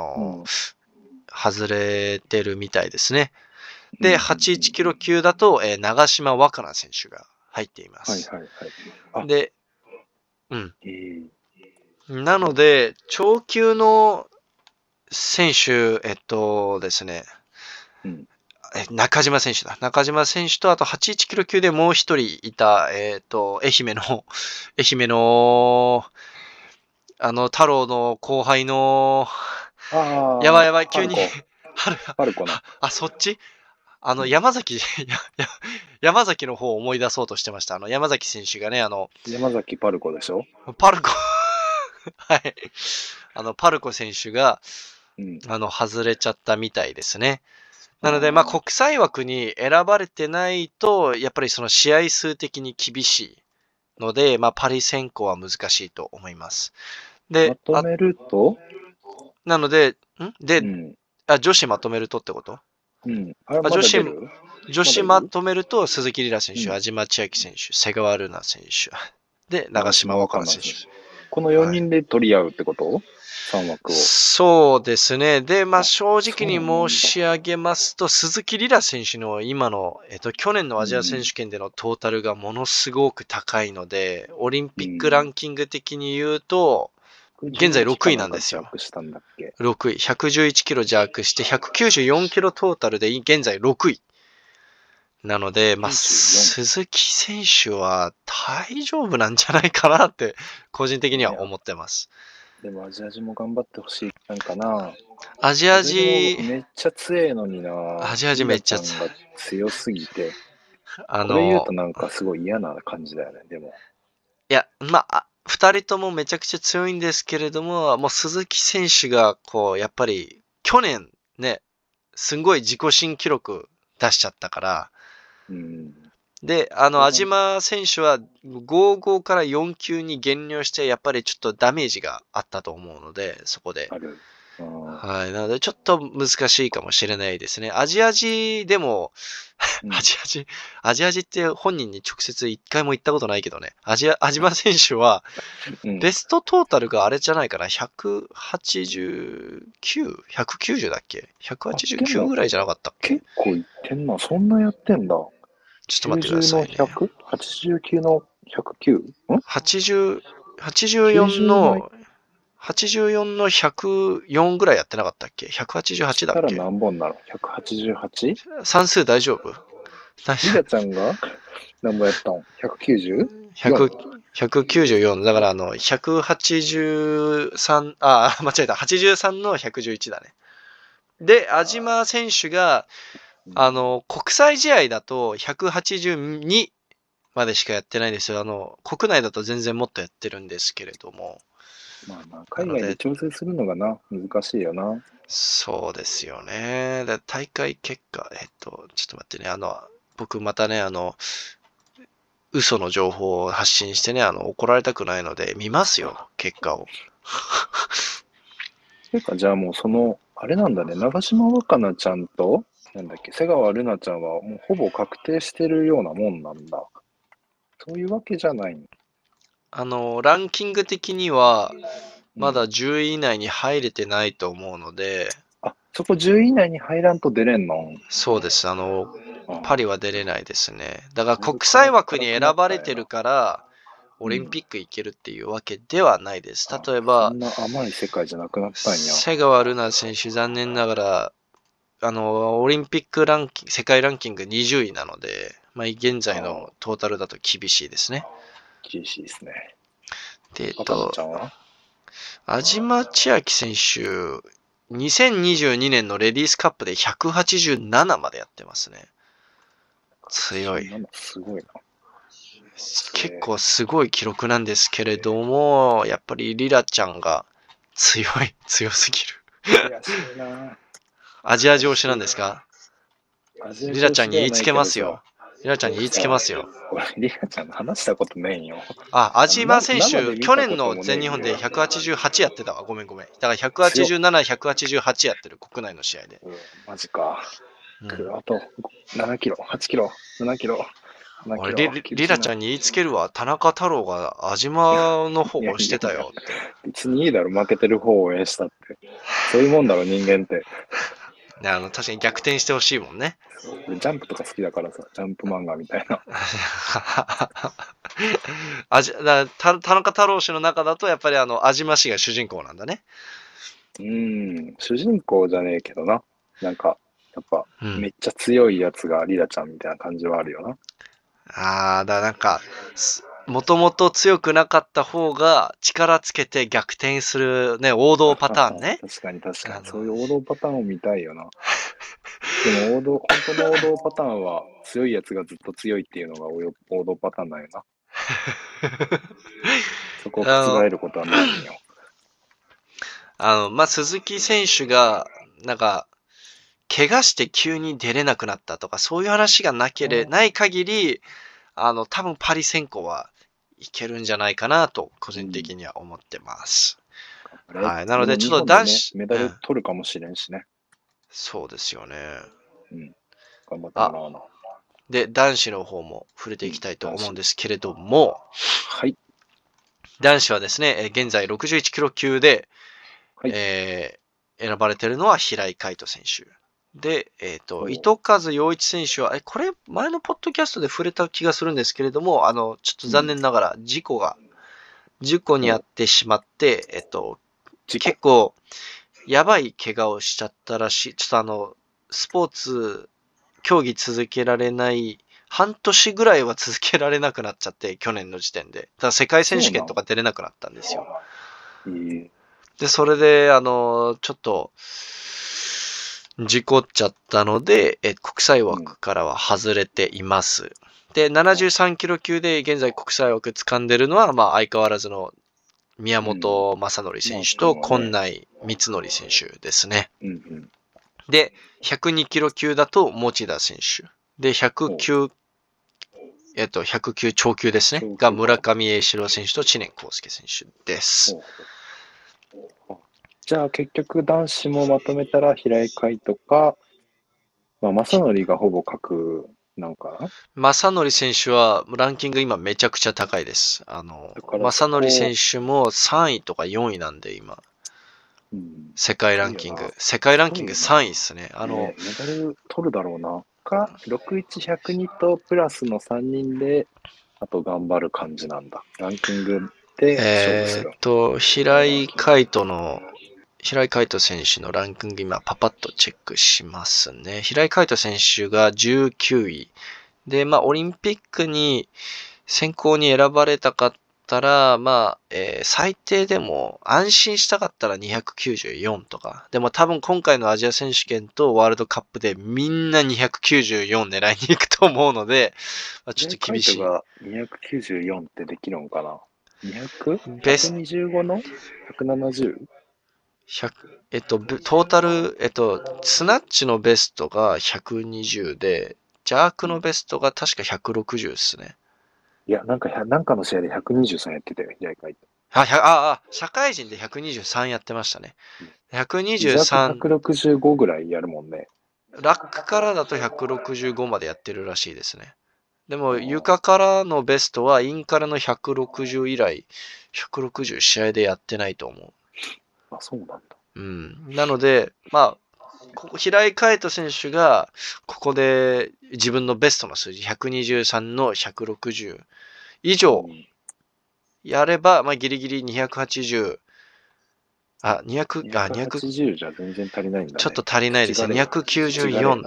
外れてるみたいですね。で、81キロ級だと、長島若菜選手が入っています。で、なので、長級の選手、ですね、中島選手だ。中島選手と、あと81キロ級でもう一人いた、愛媛の、太郎の後輩の、やばい、急に、 パルコな。 そっち山崎の方を思い出そうとしてました。山崎選手がね、 山崎パルコでしょ？ パルコ。はい。パルコ選手が、外れちゃったみたいですね。なので、国際枠に選ばれてないと、やっぱりその試合数的に厳しいので、パリ選考は難しいと思います。で、 まとめると？ なので、女子まとめるとってこと？女子まとめると、鈴木里来選手、安島千秋選手、瀬川瑠奈選手、で、長島若菜選手。 この4人で取り合うってこと？ 3 枠を。 そうですね。で、正直に申し上げますと、鈴木里来選手の今の、去年のアジア選手権でのトータルがものすごく高いので、オリンピックランキング的に言うと、現在6位なんですよ。6位。111キロ弱して、194キロトータルで現在6位。なので、鈴木選手は大丈夫なんじゃないかなって、個人的には思ってます。 でもアジア人も頑張ってほしいなんかな。 アジア人めっちゃ強いのにな。 アジア人めっちゃ強すぎて。これ言うとなんかすごい嫌な感じだよね、でも。 いや、2人ともめちゃくちゃ強いんですけれども、もう鈴木選手が、やっぱり、去年ね、すんごい自己新記録出しちゃったから、で、安島選手は55から4級に減量して、やっぱりちょっとダメージがあったと思うので、そこで。はい。なので、ちょっと難しいかもしれないですね。アジア人でも、アジア人って本人に直接一回も言ったことないけどね。安島選手は、ベストトータルがあれじゃないかな。190だっけ？ 189 ぐらいじゃなかったっけ？ 結構いってんな。そんなやってんだ。 ちょっと待ってください、ね。 89の 100？ 84の、84の104ぐらいやってなかったっけ？ 188 だっけ？ 何本なの？ 188？ 算数大丈夫？ リラちゃんが何本やったの？ 190?194。だから183、間違えた。83の111だね。で、安島選手が、国際試合だと182までしかやってないんですよ。国内だと全然もっとやってるんですけれども。 海外で調整するのが難しいよな。 そうですよね。大会結果、ちょっと待ってね。僕またね、嘘の情報を発信してね、怒られたくないので見ますよ、結果を。 じゃあもうあれなんだね、長島若菜ちゃんと、瀬川瑠奈ちゃんはもうほぼ確定してるようなもんなんだ。そういうわけじゃないの？ ランキング的には、まだ10位以内に入れてないと思うので。 そこ10位以内に入らんと出れんの？ そうです。パリは出れないですね。だから国際枠に選ばれてるから、オリンピック行けるっていうわけではないです。例えば、 そんな甘い世界じゃなくなったんや。 瀬川瑠奈選手、残念ながら、 オリンピックランキング、世界ランキング20位なので、まあ、現在のトータルだと厳しいですね。 厳しいですね。 で、 赤野ちゃんは安島千秋選手、2022年のレディースカップで187までやってますね。強い。 すごいな。 結構すごい記録なんですけれども、やっぱりリラちゃんが強すぎる。 悔しいな。 アジア上司なんですか？リラちゃんに言いつけますよ。リラちゃんに言いつけますよ。 俺、リラちゃんの話したことねえよ。 安島選手、去年の全日本で188やってたわ。ごめん。だから187、188やってる、国内の試合で。 マジか。あと7キロ、8キロ、7キロ。 俺リラちゃんに言いつけるわ。田中太郎が安島の方を押してたよって。 別にいいだろ、負けてる方を応援したって。そういうもんだろ、人間って。 確かに逆転してほしいもんね。 ジャンプとか好きだからさ、ジャンプ漫画みたいな。 田中太郎氏の中だとやっぱり安島氏が主人公なんだね。 主人公じゃねえけどな。なんか、やっぱ、めっちゃ強いやつがリラちゃんみたいな感じはあるよな。 だからなんか、もともと強くなかった方が力つけて逆転するね、王道パターンね。 確かに。そういう王道パターンを見たいよな。でも本当の王道パターンは強いやつがずっと強いっていうのが王道パターンなんよな。そこを覆ることはないよ。 鈴木選手が、なんか、怪我して急に出れなくなったとか、そういう話がない限り、多分パリ選考はいけるんじゃないかなと、個人的には思ってます。はい。なので、ちょっと男子、 メダル取るかもしれんしね。 そうですよね。 頑張ってもらおうな。 で、男子の方も触れていきたいと思うんですけれども、 はい。 男子はですね、現在61キロ級で、選ばれているのは平井海斗選手。で、糸数陽一選手は、これ、前のポッドキャストで触れた気がするんですけれども、ちょっと残念ながら事故に遭ってしまって、結構、やばい怪我をしちゃったらしい。ちょっとスポーツ、競技続けられない、半年ぐらいは続けられなくなっちゃって、去年の時点で。だから世界選手権とか出れなくなったんですよ。で、それで、ちょっと、事故っちゃったので、国際枠からは外れています。で、73キロ級で現在国際枠掴んでるのは、相変わらずの宮本正則選手と今内光則選手ですね。で、102キロ級だと持田選手。で、109超級ですね。が村上栄四郎選手と知念康介選手です。 じゃあ結局男子もまとめたら平井海斗か、正則がほぼ格なんかな。 正則選手はランキング今めちゃくちゃ高いです。正則選手も3位とか4位なんで今。世界ランキング3位ですね。 メダル取るだろうな。6102とプラスの3人で、あと頑張る感じなんだ。ランキングで勝負する。 平井海斗選手のランキング今パパッとチェックしますね。平井海斗選手が19位。で、オリンピックに選考に選ばれたかったら、最低でも安心したかったら294とか。でも多分今回のアジア選手権とワールドカップでみんな294狙いに行くと思うので、ちょっと厳しい。 が294ってできるのかな ?125 の 170? トータル、スナッチのベストが120で、ジャークのベストが確か160ですね。 いや、なんかの試合で123やってたよ、平井海斗。社会人で123やってましたね。123。 165ぐらいやるもんね。 ラックからだと165までやってるらしいですね。でも、床からのベストはインからの160以来、160試合でやってないと思う。 そうなんだ。 なので、平井海斗選手が、ここで自分のベストの数字、123の160以上やれば、ギリギリ280 あ、200、 280じゃ全然足りないんだね。 ちょっと足りないですね。 口がねえ 294。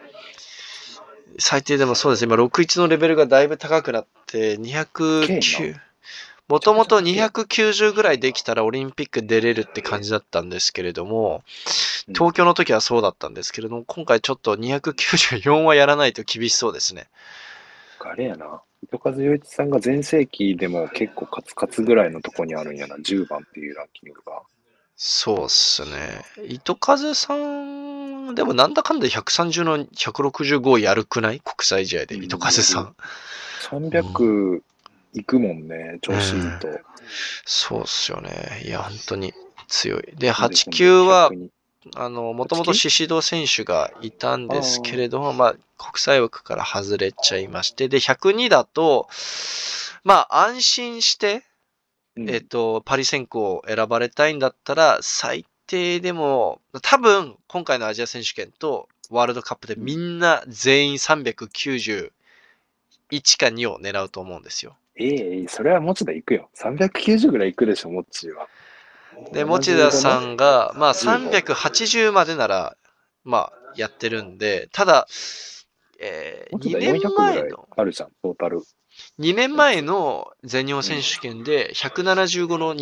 最低でもそうですね。今、61のレベルがだいぶ高くなって、209。もともと290ぐらいできたらオリンピック出れるって感じだったんですけれども、東京の時はそうだったんですけれども、今回ちょっと294はやらないと厳しそうですね。 あれやな。糸数洋一さんが全盛期でも結構カツカツぐらいのとこにあるんやな。10番っていうランキングが。 そうっすね。糸数さん、でもなんだかんだ130の165やるくない国際試合で、糸数さん。 300いくもんね、調子いいと。 そうっすよね。いや、本当に強い。で、89は、もともと宍戸選手がいたんですけれども、まあ、国際枠から外れちゃいまして、で、102だと、まあ、安心して、パリ選考を選ばれたいんだったら、最低でも、多分、今回のアジア選手権とワールドカップでみんな全員391か2を狙うと思うんですよ。 それは持田行くよ。390ぐらい行くでしょ、モッチーは。 で、持田さんが、まあ380までなら、まあやってるんで、ただ、2年前の、 あるじゃん、トータル。 2年前の全日本選手権で175の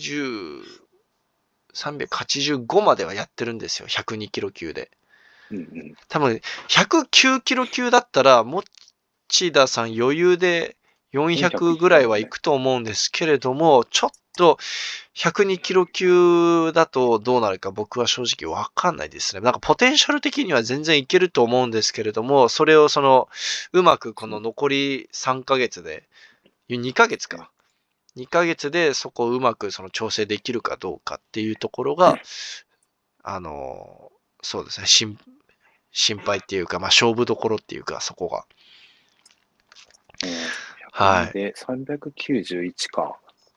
210、385まではやってるんですよ。102キロ級で。多分、109キロ級だったら、持田さん余裕で400ぐらいは行くと思うんですけれども、ちょっと102キロ級だとどうなるか僕は正直わかんないですね。なんかポテンシャル的には全然いけると思うんですけれども、それをうまくこの残り3ヶ月で、2ヶ月か。2ヶ月でそこをうまく調整できるかどうかっていうところが、そうですね、心配っていうか、まあ勝負どころっていうか、そこが。 はい。で、391か。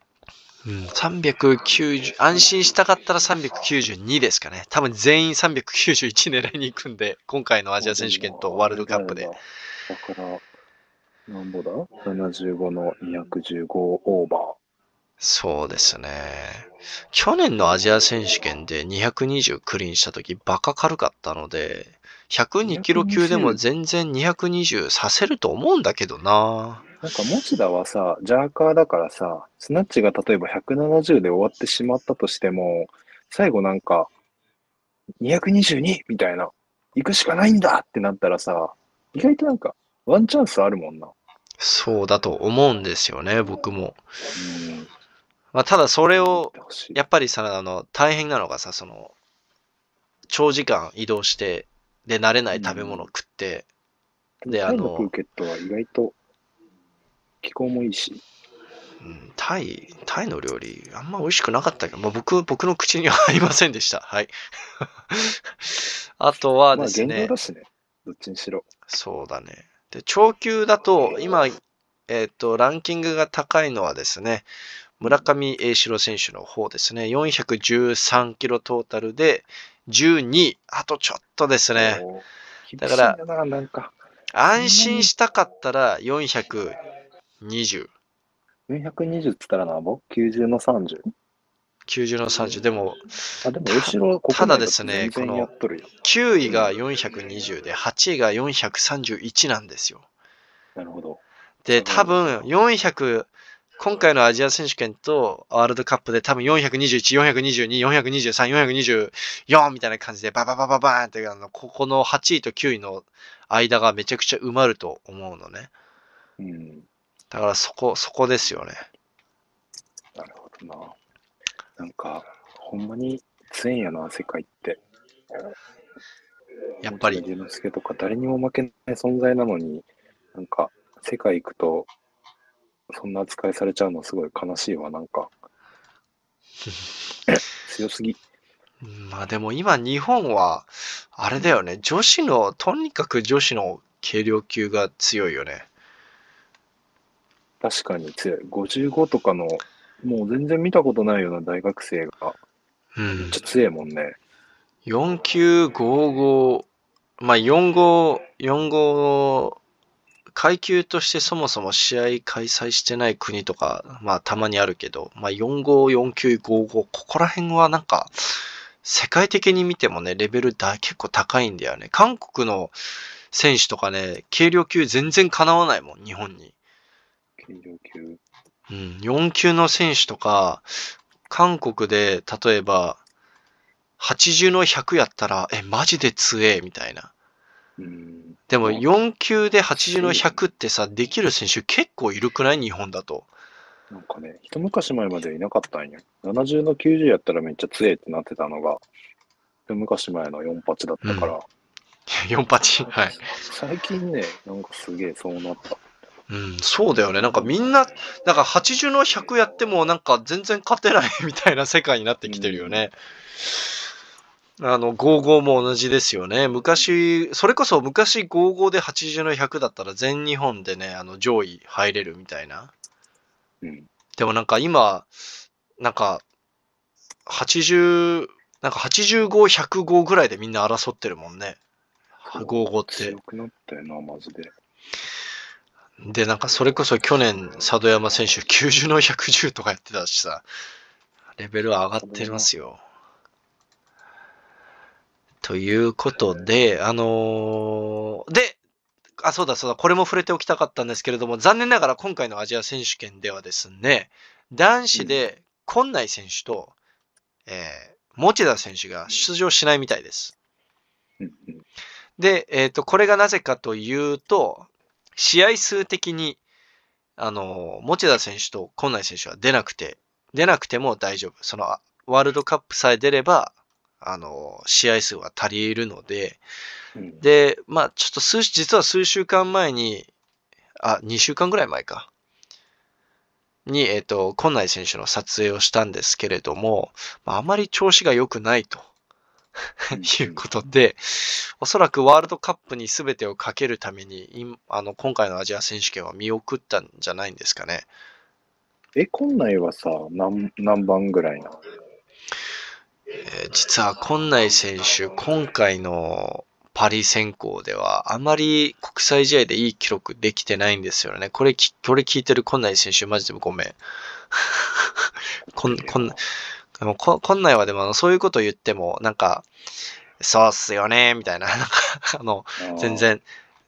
390、安心したかったら392ですかね。多分全員391狙いに行くんで、今回のアジア選手権とワールドカップで。 だから、なんぼだ ?75 の215オーバー。 そうですね。去年のアジア選手権で220クリーンした時バカ軽かったので、102キロ級でも全然220させると思うんだけどな。 なんか持田はさ、ジャーカーだからさ、スナッチが例えば170で終わってしまったとしても、最後なんか、222みたいな、行くしかないんだってなったらさ、意外となんか、ワンチャンスあるもんな。 そうだと思うんですよね、僕も。まあ、ただそれを、やっぱりさ、大変なのがさ、長時間移動して、で、慣れない食べ物を食って、 で、タイのプーケットは意外と気候もいいし。 タイの料理、あんま美味しくなかったけど、まあ、僕の口には合いませんでした。はい。あとはですね。 まあ、現状だしね。どっちにしろ。 そうだね。で、長級だと、今、ランキングが高いのはですね、村上栄志郎選手の方ですね。413キロトータルで12。あとちょっとですね。だから、安心したかったら420。 420って言ったらな、僕90の 30? 90の30。でも、 ただですね、この9位が420で、8位が431なんですよ。 なるほど。 で、多分400、今回のアジア選手権とワールドカップで多分421、422、423、424みたいな感じでバババババーンってここの8位と9位の間がめちゃくちゃ埋まると思うのね。だからそこですよね。 なるほどな。なんか、ほんまに強いんやな、世界って。 やっぱり。 龍之介とか誰にも負けない存在なのに、なんか、世界行くと、そんな扱いされちゃうのすごい悲しいわ、なんか。強すぎ。 まあでも今日本は、あれだよね、とにかく女子の軽量級が強いよね。 確かに強い。55とかの、もう全然見たことないような大学生が、めっちゃ強いもんね。 4955、まあ45 階級としてそもそも試合開催してない国とか、まあたまにあるけど、まあ4-5、4-9、5-5、ここら辺はなんか、世界的に見てもね、レベル結構高いんだよね。韓国の選手とかね、軽量級全然かなわないもん、日本に。 軽量級。 うん、4級の選手とか、韓国で、例えば、80の100やったら、マジで強え、みたいな。でも、4級で80の100ってさ、できる選手結構いるくない日本だと。 なんかね、一昔前まではいなかったんよ。70の90やったらめっちゃ強えってなってたのが、一昔前の48だったから。 48、はい。 最近ね、なんかすげえそうなった。 うん、そうだよね。なんかみんな、なんか80の100やってもなんか全然勝てないみたいな世界になってきてるよね。55も同じですよね。昔、それこそ昔55で80の100だったら全日本でね、上位入れるみたいな。 うん。 でもなんか今、なんか80、なんか85、105ぐらいでみんな争ってるもんね。55って。 強くなったよな、マジで。 で、なんかそれこそ去年、佐渡山選手90の110とかやってたしさ、レベル上がってますよ。ということで、そうだそうだ、これも触れておきたかったんですけれども、残念ながら今回のアジア選手権ではですね、男子で今内選手と、持田選手が出場しないみたいです。で、これがなぜかというと、試合数的に、持田選手と今内選手は出なくても大丈夫。その、ワールドカップさえ出れば、試合数は足りるので、で、まあちょっと実は数週間前に、2週間ぐらい前か。に、今内選手の撮影をしたんですけれども、あまり調子が良くないということで、おそらくワールドカップに全てをかけるために、今回のアジア選手権は見送ったんじゃないんですかね。 今内はさ、何番ぐらいなの？ 実は今内選手、今回のパリ選考では、あまり国際試合でいい記録できてないんですよね。これ聞いてる今内選手、マジでごめん。今内はでもそういうこと言っても、なんか、そうっすよね、みたいな、なんか、全然、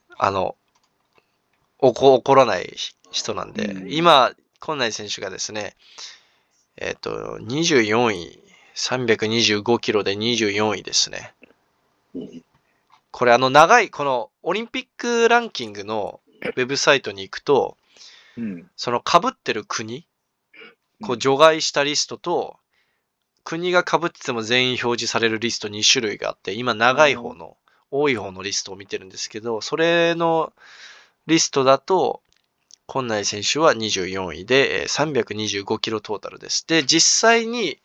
怒らない人なんで、今、今内選手がですね、24位、325キロで24位ですね。これ長い、このオリンピックランキングのウェブサイトに行くと、その被ってる国、こう除外したリストと、国が被ってても全員表示されるリスト2種類があって、今長い方の、多い方のリストを見てるんですけど、それのリストだと、今内選手は24位で、325キロトータルです。で、実際に、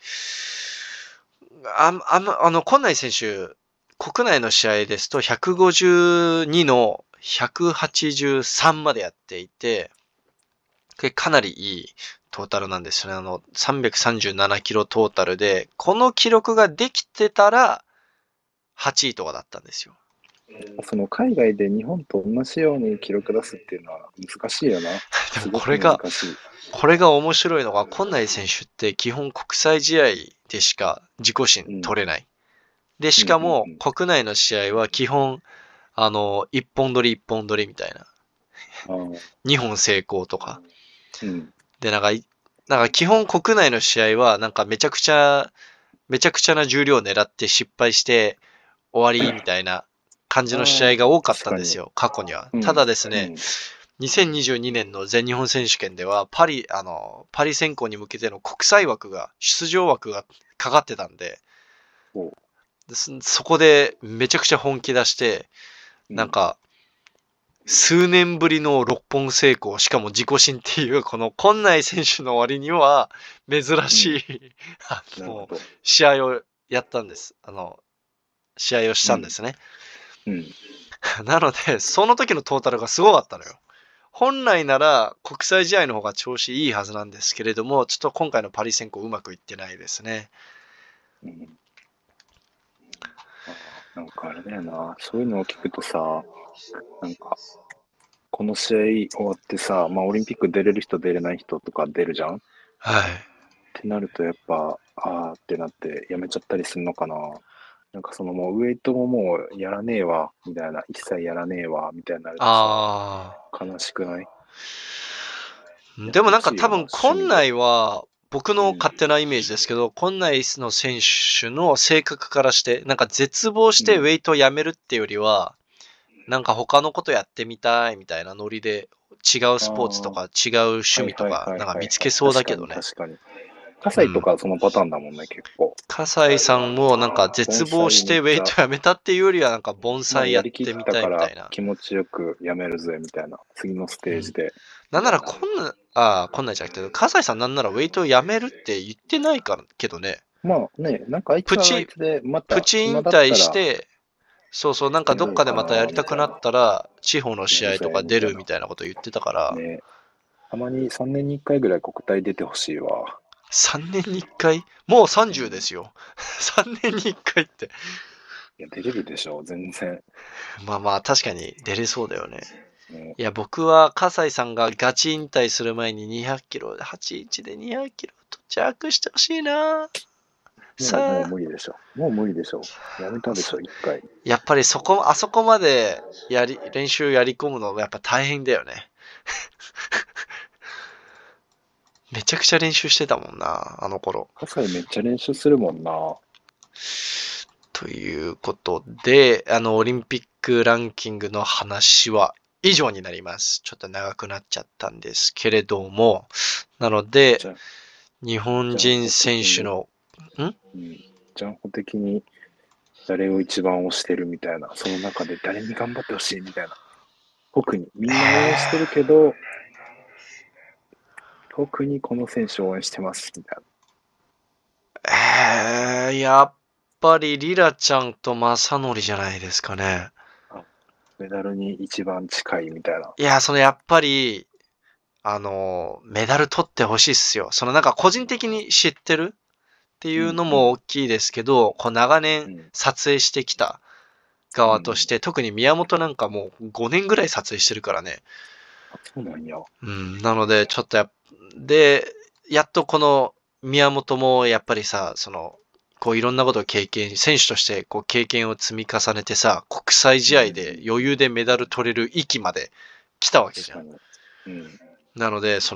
今内選手、国内の試合ですと152の183までやっていて、かなりいいトータルなんですよね。337キロトータルで、この記録ができてたら、8位とかだったんですよ。 その海外で日本と同じように記録出すっていうのは難しいよな。 でもこれが面白いのが、今内選手って基本国際試合でしか自己新取れない。で、しかも国内の試合は基本、一本取り一本取りみたいな。2本成功とか。で、なんか基本国内の試合は、なんかめちゃくちゃな重量を狙って失敗して終わりみたいな感じの試合が多かったんですよ、過去には。ただですね、2022年の全日本選手権では、パリ選考に向けての国際出場枠がかかってたんで、そこでめちゃくちゃ本気出して、なんか、数年ぶりの6本成功、しかも自己新っていう、この今内選手の割には珍しい、試合をやったんです。試合をしたんですね。なので、その時のトータルがすごかったのよ。本来なら国際試合の方が調子いいはずなんですけれども、ちょっと今回のパリ選考うまくいってないですね。 なんかあれだよな、そういうのを聞くとさ、なんか、 この試合終わってさ、まあオリンピック出れる人出れない人とか出るじゃんっはい。 てなるとやっぱ、あーってなってやめちゃったりするのかな。なんかそのもうウェイトももうやらねえわ、みたいな、一切やらねえわ、みたいになるとさ、 あ悲しくない？ あ。 やってでもなんかほしいよな、 多分、 趣味で。 今内は、僕の勝手なイメージですけど、今内の選手の性格からして、なんか絶望してウェイトをやめるっていうよりは、なんか他のことやってみたいみたいなノリで、違うスポーツとああ、 か違う趣はいはい味とか、なんかはいはいはい。 見つけそうだ確かにけどね。 確かに。葛西とうん。 かそのパターンだもんね、結構。 葛西さんもなんか絶盆栽望してウェイめっちゃ、 トやめたっていうよりはなんか盆まあ栽ややりきっってみたいたからみたいな。 気持ちよくやめるぜ、みたいな。次のステうん。 ージで、 なんならみたいな。 こんなんじゃなくて、葛西さんなんならウェイトをやめるって言ってないからけどね。 まあね、なんかあいつプチ、 はあいつで、まプた暇だっチ引退たらして、そうそう、なんかやどっかでろうかな、 またやりたくなみたいな。 ったら、地方のやるぜ、 試合とかみたいな。 出るみたいなこと言ってたから、 ね。たまに3年に1回ぐらい国体出てほしいわ。 3年に1回もう30ですよ。3年に1回って。 いや、出れるでしょ、全然。 まあまあ、確かに出れそうだよね。 ね、 いや、僕は、葛西さんがガチ引退する前に200キロ、81で200キロと着してほしいな。 もうさ無理でしょ。もう無理でしょ。やめたあ、 でしょ、1回。 やっぱりあそこまで練習やり込むのやっぱ大変だよね。めちゃくちゃ練習してたもんな、あの頃。 葛西めっちゃ練習するもんな。 ということで、オリンピックランキングの話は以上になります。ちょっと長くなっちゃったんですけれども、なので、 じゃ、 日本人ジャンホ選手の、 的に、うん、ジャンホ的に誰を一番推してるみたいな、その中で誰に頑張ってほしいみたいな。特に、みんな応援してるけど、特にこの選手を応援してます、みたいやっぱりリラちゃんと正則じゃないですかね。 な。メダルに一番近いみたいな。 いや、やっぱり、メダル取ってほしいっすよ。なんか個人的に知ってるっていうのも大きいですけど、こう長年撮影してきた側として、特に宮本なんかもう5年ぐらい撮影してるからね。 そうなんや。 うん、なので、ちょっとやっとこの宮本もやっぱりさ、こういろんなことを選手としてこう経験を積み重ねてさ、国際試合で余裕でメダル取れる域まで来たわけじゃん。 確かに。 なので、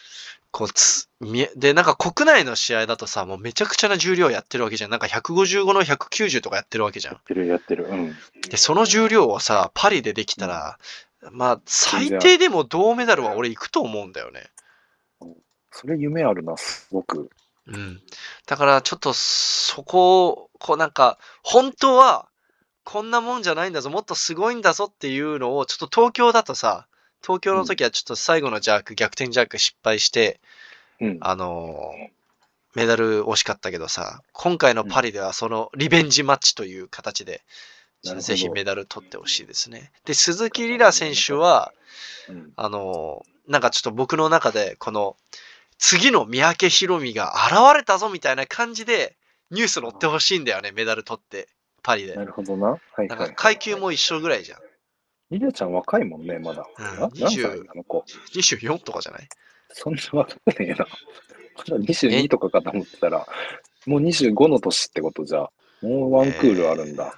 で、なんか国内の試合だとさ、もうめちゃくちゃな重量やってるわけじゃん。なんか155の190とかやってるわけじゃん。 やってる。 で、その重量をさ、パリでできたら、まあ、最低でも銅メダルは俺行くと思うんだよね。 それ夢あるな、すごく。 うん。だからちょっとそこを、こうなんか、本当はこんなもんじゃないんだぞ、もっとすごいんだぞっていうのを、ちょっと東京だとさ、東京の時はちょっと最後の逆転ジャーク失敗して、あのメダル惜しかったけどさ、今回のパリではそのリベンジマッチという形で、ぜひメダル取ってほしいですね。で、鈴木リラ選手は、なんかちょっと僕の中で、この、次の三宅宏実が現れたぞみたいな感じで、ニュース載ってほしいんだよね、メダル取って、パリで。 なるほどな。 なんか階級も一緒ぐらいじゃん。 リラちゃん若いもんね、まだ。何歳なの子 ?24 とかじゃない？ そんな若くねえな。まだ22とかかと思ってたら、もう25の年ってことじゃ、もうワンクールあるんだ。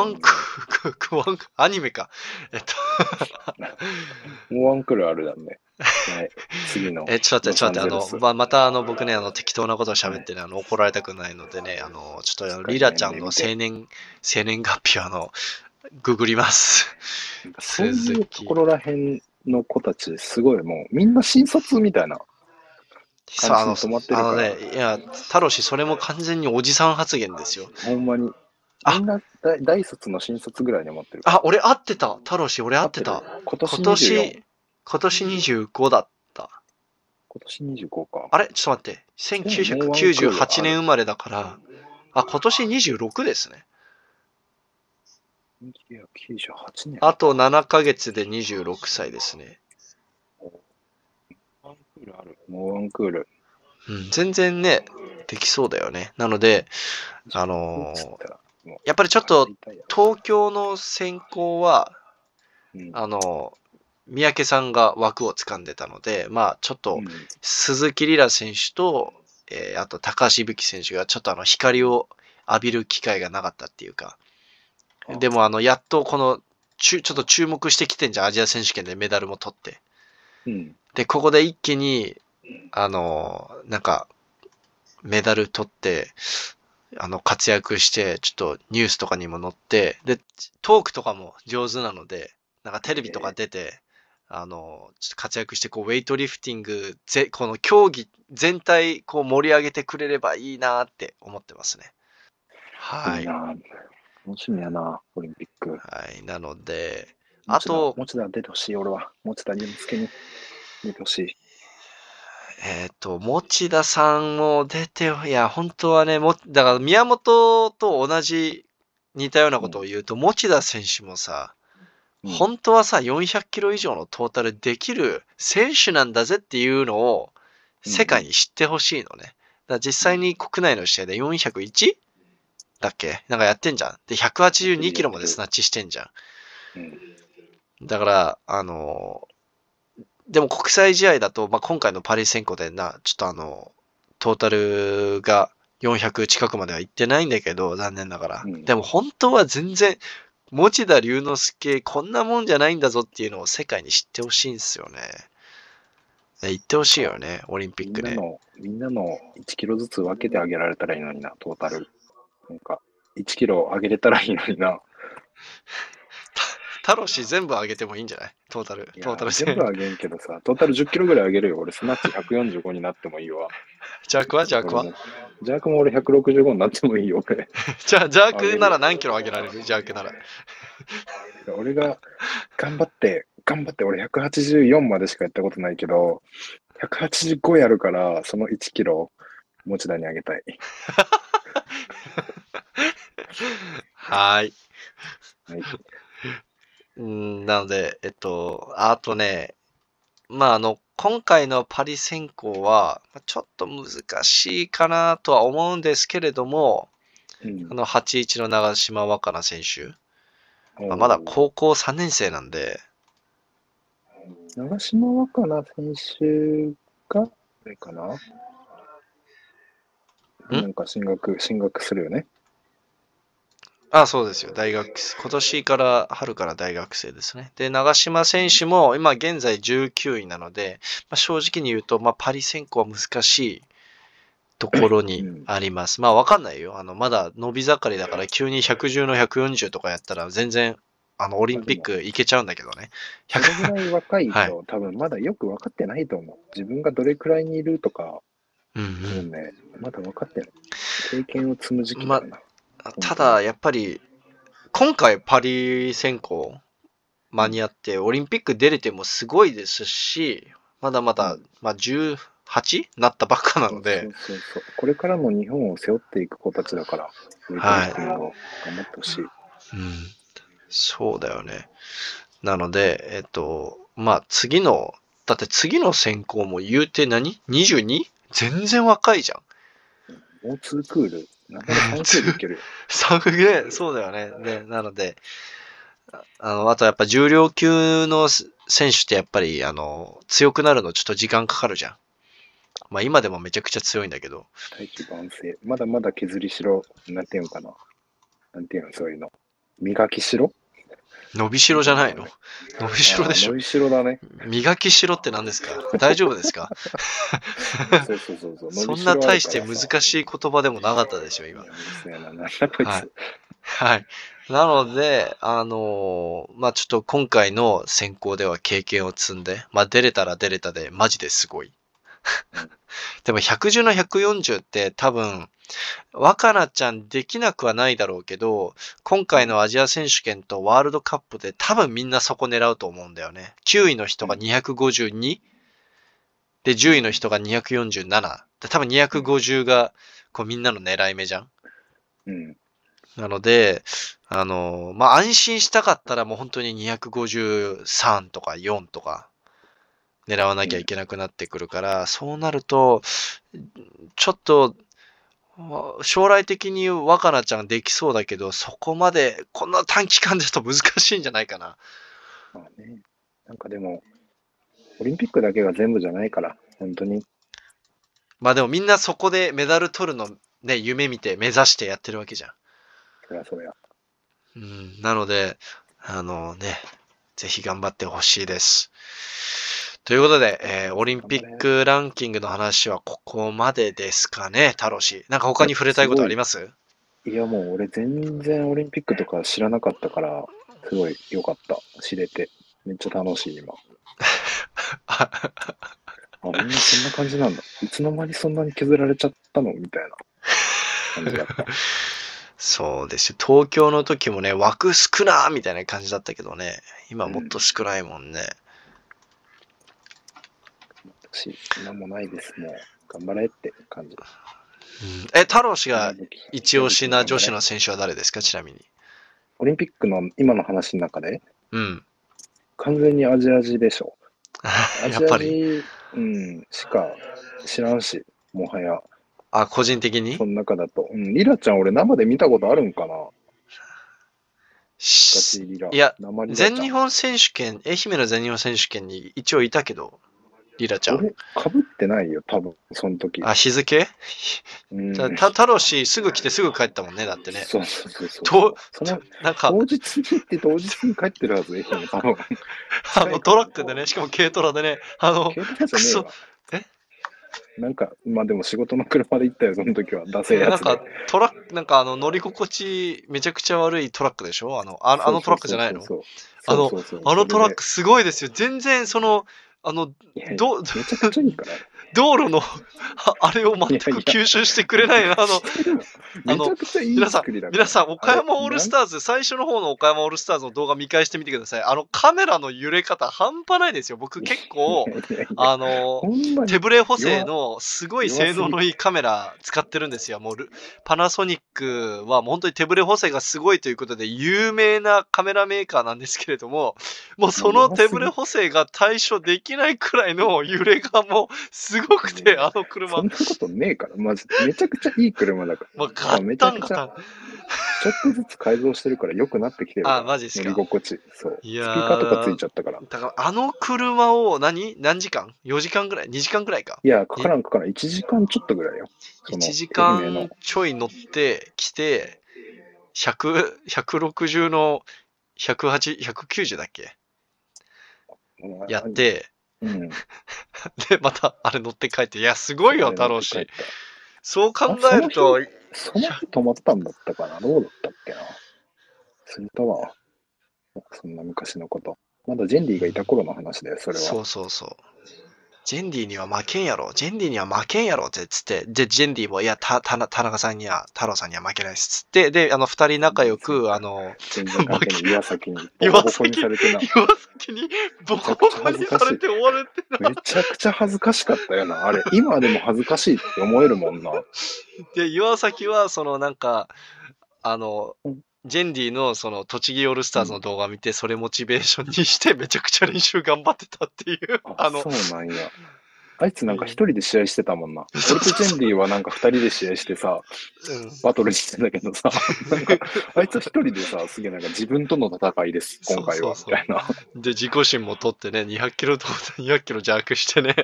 アニメか。 もうワンクールあるだね。はい。次の。 ちょっと待って、また僕ね、適当なことを喋ってね、怒られたくないのでね、ちょっとリラちゃんの生年月日をググります。 そういうところらへんの子たち、すごいもう、みんな新卒みたいな感じに止まってるから。 いや、太郎氏、それも完全におじさん発言ですよ。 ほんまに。みんな大卒の新卒ぐらいに思ってる。 俺合ってた。太郎氏、俺合ってた。 今年 25だった。 今年25か。 あれちょっと待って。1998年生まれだから、今年26ですね。 1998年。 あと7ヶ月で26歳ですね。 ワンクールある。もうワンクール。 全然ね、できそうだよね。なので、やっぱりちょっと東京の選考は、 三宅さんが枠を掴んでたので、まあちょっとうん鈴木里来選手と、あと高橋美紀選手がちょっと光を浴びる機会がなかったっていうか、でもやっとこのちょっと注目してきてんじゃん、アジア選手権でメダルも取って。 うんで、ここで一気に、なんか、メダル取って、活躍して、ちょっとニュースとかにも載って、で、トークとかも上手なので、なんかテレビとか出て、ちょっと活躍して、こう、ウェイトリフティング、この競技全体、こう、盛り上げてくれればいいなって思ってますね。はいい。 な。楽しみやな、オリンピック。 はい。なので、あと、 持田出てほしい、俺は。持田龍之介に出てほしい。 持田さんも出てよ、いや、本当はね、だから宮本と同じ似たようなことを言うと、持田選手もさ、 うん本当はさ、400キロ以上のトータルできる選手なんだぜっていうのを世界に知ってほしいのね。だから実際に国内の試合で 401? だっけなんかやってんじゃん。で、182キロまでスナッチしてんじゃうんん。だから、でも国際試合だと、まあ、今回のパリ選考でちょっとトータルが400近くまでは行ってないんだけど、残念ながら。 うんでも本当は全然、持田龍之介こんなもんじゃないんだぞっていうのを世界に知ってほしいんですよね。言ってほしいよね、オリンピックね。 みんなの1キロずつ分けてあげられたらいいのにな、トータル。なんか、1キロ上げれたらいいのにな。 タロシ全部上げてもいいんじゃないトータル。 いやトータル全部上げんけどさ、トータル10キロぐらい上げるよ。俺、スナッチ145になってもいいわ。 ジャークはジャークはジャークも俺165になってもいいよ、俺。 ジャークなら何キロ上げられるジャークなら。 俺が頑張って俺184までしかやったことないけど、185やるから、その1キロ、持田にあげたい。 はい。 はい。 なので、あとね、まあ、今回のパリ選考は、ちょっと難しいかなとは思うんですけれども、81の長島若菜選手、まだ高校3年生なんで、 長島若菜選手が、あれかななんか進学するよね。 あ、そうですよ。大学、今年から春から大学生ですね。で、長島選手も今現在19位なので、正直に言うと、パリ選考は難しいところにあります。わかんないよ。まだ伸び盛りだから急に110の140とかやったら全然、オリンピックいけちゃうんだけどね。 それぐらい若いと、多分まだよく分かってないと思う。自分がどれくらいにいるとか、多分ね、まだ分かってない。経験を積む時期だな。 ただ、やっぱり、今回パリ選考間に合って、オリンピック出れてもすごいですし、まだまだ、18? なったばっかなので。 そう。これからも日本を背負っていく子たちだから、 はい。 頑張ってほしい。 そうだよね。なので、だって次の選考も言うて何 22? 全然若いじゃん。 もう2クール、なんなら3クールいけるよ。 3クールね、そうだよね。で、なので、あとやっぱ重量級の選手ってやっぱり、強くなるのちょっと時間かかるじゃん。今でもめちゃくちゃ強いんだけど。 大器晩成。まだまだ削りしろ、なんていうのかな。なんていうの、そういうの。磨きしろ伸びしろじゃないの伸びしろでしょ。 伸びしろだね。 磨きしろって何ですか大丈夫ですかそう。 そんな大して難しい言葉でもなかったでしょ、今。はい。なので、ちょっと今回の選考では経験を積んで、出れたら出れたで、マジですごい。でも110の140って多分、若菜ちゃんできなくはないだろうけど、今回のアジア選手権とワールドカップで多分みんなそこ狙うと思うんだよね。9位の人が252、で、10位の人が247。で、多分250がこうみんなの狙い目じゃん。なので、安心したかったらもう本当に253とか4とか狙わなきゃいけなくなってくるから、そうなると、ちょっと、将来的に若菜ちゃんできそうだけど、そこまで、こんな短期間ですと難しいんじゃないかな。 なんかでも、オリンピックだけが全部じゃないから、本当に。 まあでもみんなそこでメダル取るのね、夢見て目指してやってるわけじゃん。 そりゃそりゃ。 なので、ぜひ頑張ってほしいです。ということで、オリンピックランキングの話はここまでですかね、太郎氏。なんか他に触れたいことあります？ いや、もう俺全然オリンピックとか知らなかったから、すごい良かった。知れて。めっちゃ楽しい、今。みんなそんな感じなんだ。いつの間にそんなに削られちゃったのみたいな感じだった。 そうですよ。東京の時もね、枠少なーみたいな感じだったけどね、今もっと少ないもんね。 なんもないです。もう、頑張れって感じ。 太郎氏が一押しな女子の選手は誰ですか、ちなみに。 オリンピックの今の話の中で、完全にアジア人でしょ。アジア人、しか知らんし、もはや。 個人的にその中だと。リラちゃん俺生で見たことあるんかな？ガチリラ。 いや、全日本選手権、愛媛の全日本選手権に一応いたけど、リラちゃん。 俺、かぶってないよ、多分、その時。 日付太郎氏、すぐ来てすぐ帰ったもんね、だってね。 そう。 なんか、 当日に行って当日に帰ってるはず、愛媛、多分。 トラックでね、しかも軽トラでね、 軽トラじゃねえわ。なんか、まあでも仕事の車で行ったよ、その時は。出せやつで。 なんか乗り心地めちゃくちゃ悪いトラックでしょ？あのトラックじゃないの？あのトラックすごいですよ。全然めちゃくちゃいいから。 道路のあれを全く吸収してくれないな。 めちゃくちゃいい作りだから。 皆さん、岡山オールスターズ、最初の方の岡山オールスターズの動画見返してみてください。カメラの揺れ方半端ないですよ。僕結構、手ブレ補正のすごい性能のいいカメラ使ってるんですよ。もうパナソニックはもう本当に手ブレ補正がすごいということで有名なカメラメーカーなんですけれども、もうその手ブレ補正が対処できないくらいの揺れがもうすごくて、車。 そんなことねえから、マジで。めちゃくちゃいい車だから。 めちゃくちゃ。 ちょっとずつ改造してるから良くなってきてるから。 マジですか。 乗り心地。そう。スピーカーとかついちゃったから。 だから車を何時間 ?4 時間ぐらい ?2 時間ぐらいか。 いや、かからん。1時間ちょっとぐらいよ。 1時間ちょい乗ってきて、160の190だっけやって、で、またあれ乗って帰って、いや、すごいよ、太郎氏。そう考えると、 その日泊まったんだったかな？どうだったっけな？忘れたわ。そんな昔のこと。まだジェンディがいた頃の話だよ、それは。 そう。ジェンディには負けんやろってつって、で、ジェンディも、いや、田中さんには、太郎さんには負けないっす。つって、で、二人仲良く、 全然関係ない。岩崎にボコボコにされてな。 ボコボコにされて終わるってな。めちゃくちゃ恥ずかしかったよな。あれ、今でも恥ずかしいって思えるもんな。 で、岩崎は、ジェンディの栃木オールスターズの動画を見て、それモチベーションにしてめちゃくちゃ練習頑張ってたっていう。 そうなんや。あいつなんか一人で試合してたもんな。俺とジェンディはなんか二人で試合してさ、バトルしてたけどさ、なんかあいつ一人でさ、すげえなんか自分との戦いです、今回は、みたいな。 で、自己新も取ってね、200キロと200キロ弱してね。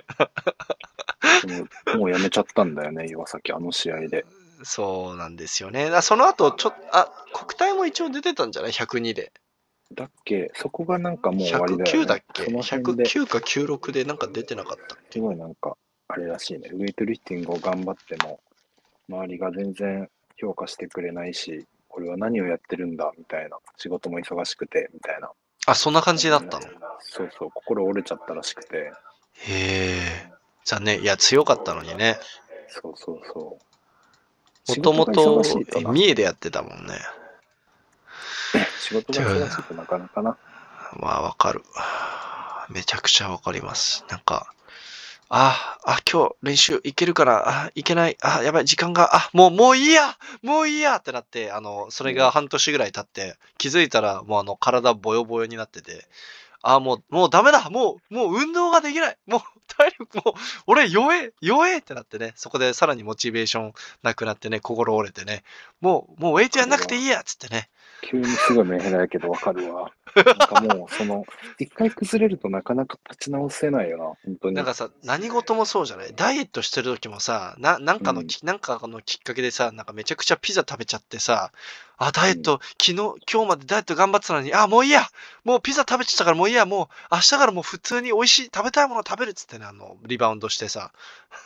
もうやめちゃったんだよね、岩崎、あの試合で。 そうなんですよね。その後、国体も一応出てたんじゃない ?102 で。 だっけ？そこがなんかもう終わりだよね。 109だっけ ?109 か96でなんか出てなかったっけ？ すごいなんか、あれらしいね。ウェイトリフティングを頑張っても、周りが全然評価してくれないし、これは何をやってるんだ、みたいな。仕事も忙しくて、みたいな。 そんな感じだったの？ そう、心折れちゃったらしくて。 へえ。残念。いや、強かったのにね。 そう。 もともと、三重でやってたもんね。 仕事が忙しいとなかなかな。 まあ、わかる。めちゃくちゃわかります。なんか、今日練習行けるかな？行けない。やばい、時間が、もういいやってなって、それが半年ぐらい経って、気づいたら、もう体ボヨボヨになってて、もうダメだもう運動ができないもう体力俺弱えってなってね、そこでさらにモチベーションなくなってね、心折れてね、もうウェイトやんなくていいやっつってね、 急にすごいメンヘラやけどわかるわ。なんかもう、一回崩れるとなかなか立ち直せないよな、本当に。 なんかさ、何事もそうじゃない？ダイエットしてる時もさ、なんかのきっかけでさ、なんかめちゃくちゃピザ食べちゃってさ、あ、ダイエット、今日までダイエット頑張ってたのに、あ、もういいや、もうピザ食べちゃったからもういいや、もう明日からもう普通に美味しい、食べたいもの食べるっつってね、リバウンドしてさ。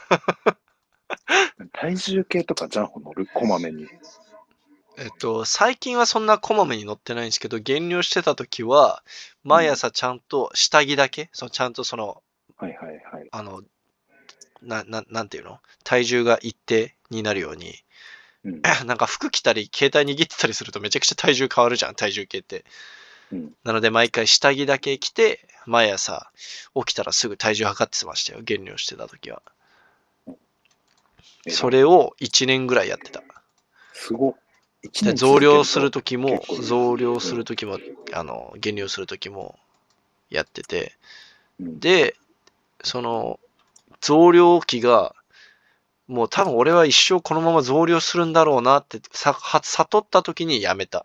体重計とかジャンホ乗るこまめに。 最近はそんなこまめに乗ってないんですけど、減量してた時は、毎朝ちゃんと下着だけ、ちゃんとはいはいはい。 なんていうの？体重が一定になるように、 うん。 なんか服着たり、携帯握ってたりするとめちゃくちゃ体重変わるじゃん、体重計って。 うん。 なので毎回下着だけ着て、毎朝起きたらすぐ体重測ってましたよ、減量してた時は。それを1年ぐらいやってた。 すごっ。1 で、 年続けるとする時も、 減量する時もやってて、 うん。 で、増量期が、もう多分俺は一生このまま増量するんだろうなって悟った時にやめた。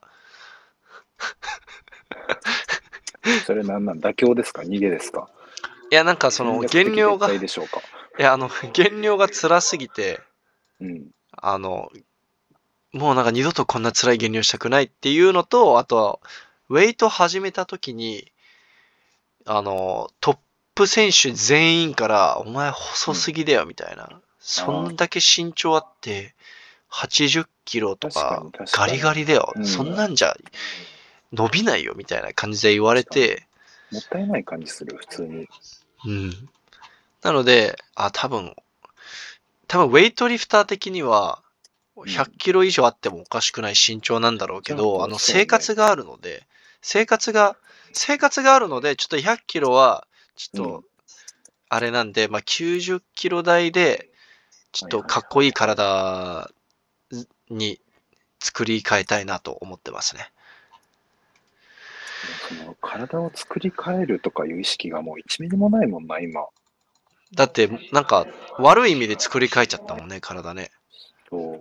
それなん妥協ですか逃げですか？ いや、なんか減量が、 戦略的撤退でしょうか？ いや、減量が辛すぎて、 うん。 もうなんか二度とこんな辛い減量したくないっていうのと、あとは、ウェイト始めた時に、トップ選手全員から、お前細すぎだよ、みたいな。そんだけ身長あって、80キロとか、ガリガリだよ。そんなんじゃ伸びないよ、みたいな感じで言われて。 もったいない感じする、普通に。 うん。なので、多分、ウェイトリフター的には、100キロ以上あってもおかしくない身長なんだろうけど、生活があるので、生活があるので、ちょっと100キロは、ちょっと、あれなんで、まあ、90キロ台で、ちょっとかっこいい体に作り変えたいなと思ってますね。 体を作り変えるとかいう意識がもう1ミリもないもんな、今。 だって、なんか、悪い意味で作り変えちゃったもんね、体ね。 そう。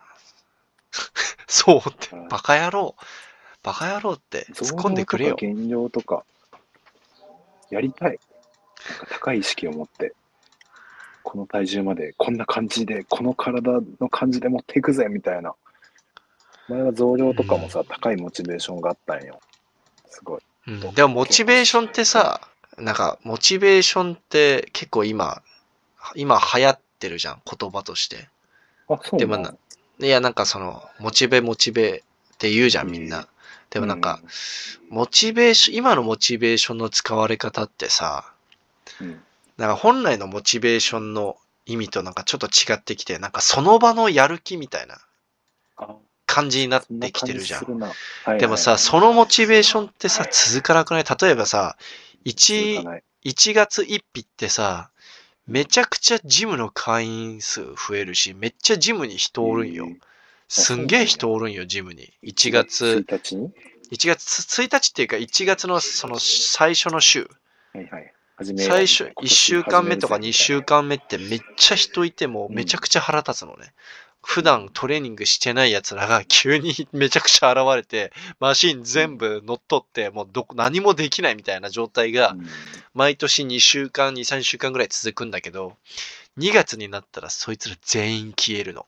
そうって、バカ野郎って突っ込んでくれよ。 減量とか、やりたい。なんか高い意識を持って、この体重までこんな感じで、この体の感じで持っていくぜ、みたいな。前は増量とかもさ、高いモチベーションがあったんよ。すごい。 でもモチベーションってさ、なんか、モチベーションって結構今流行ってるじゃん、言葉として。 あ、そうなの？いや、なんかモチベって言うじゃん、みんな。でもなんか、今のモチベーションの使われ方ってさ、なんか本来のモチベーションの意味となんかちょっと違ってきて、なんかその場のやる気みたいな感じになってきてるじゃん。でもさ、そのモチベーションってさ、続かなくない？例えばさ、1月1日ってさ、めちゃくちゃジムの会員数増えるし、めっちゃジムに人おるんよ。すんげえ人おるんよ、ジムに。1月 1日に ?1 月1日っていうか、1月のその最初の週。 はいはい。 最初、1週間目とか2週間目ってめっちゃ人いてもめちゃくちゃ腹立つのね。普段トレーニングしてない奴らが急にめちゃくちゃ現れて、マシン全部乗っ取って、もう何もできないみたいな状態が、毎年2週間、2、3週間ぐらい続くんだけど、2月になったらそいつら全員消えるの。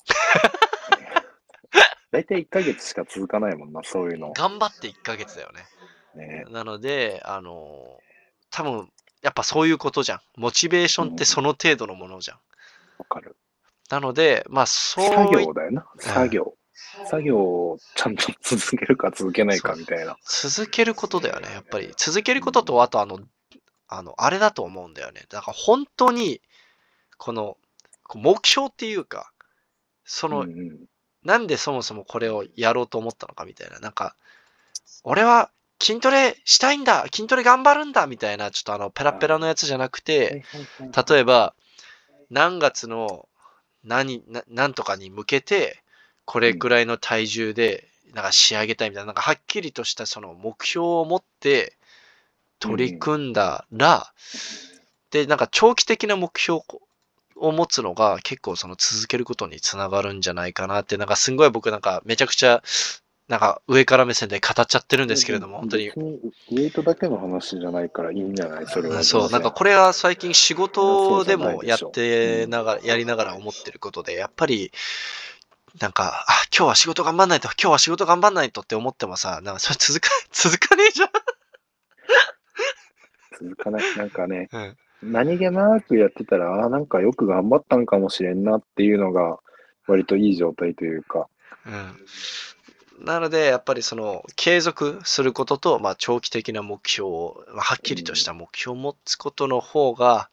だいたい1ヶ月しか続かないもんな、そういうの。 頑張って1ヶ月だよね。なので、多分、やっぱそういうことじゃん。モチベーションってその程度のものじゃん。 わかる。 なので、まあそう作業だよな。作業をちゃんと続けるか続けないかみたいな。 続けることだよね。やっぱり続けることと、あとあれだと思うんだよね。だから本当に、この目標っていうか、なんでそもそもこれをやろうと思ったのかみたいな。なんか、俺は筋トレしたいんだ、筋トレ頑張るんだみたいな、ちょっとペラペラのやつじゃなくて、例えば、何月のなんとかに向けて、これくらいの体重で、なんか仕上げたいみたいな、なんかはっきりとしたその目標を持って取り組んだら、で、なんか長期的な目標を持つのが結構その続けることにつながるんじゃないかなって、なんかすんごい僕なんかめちゃくちゃなんか上から目線で語っちゃってるんですけれども、本当に。 別にウェイトだけの話じゃないからいいんじゃない？それはそう、なんかこれは最近仕事でもやりながら思ってることで、やっぱり、なんか、今日は仕事頑張んないとって思ってもさ、なんかそれ続かねえじゃん。 続かない。なんかね、 うん。 何気なくやってたら、なんかよく頑張ったんかもしれんなっていうのが、割といい状態というか。 うん。なので、やっぱりその、継続することと、長期的な目標を、はっきりとした目標を持つことの方が、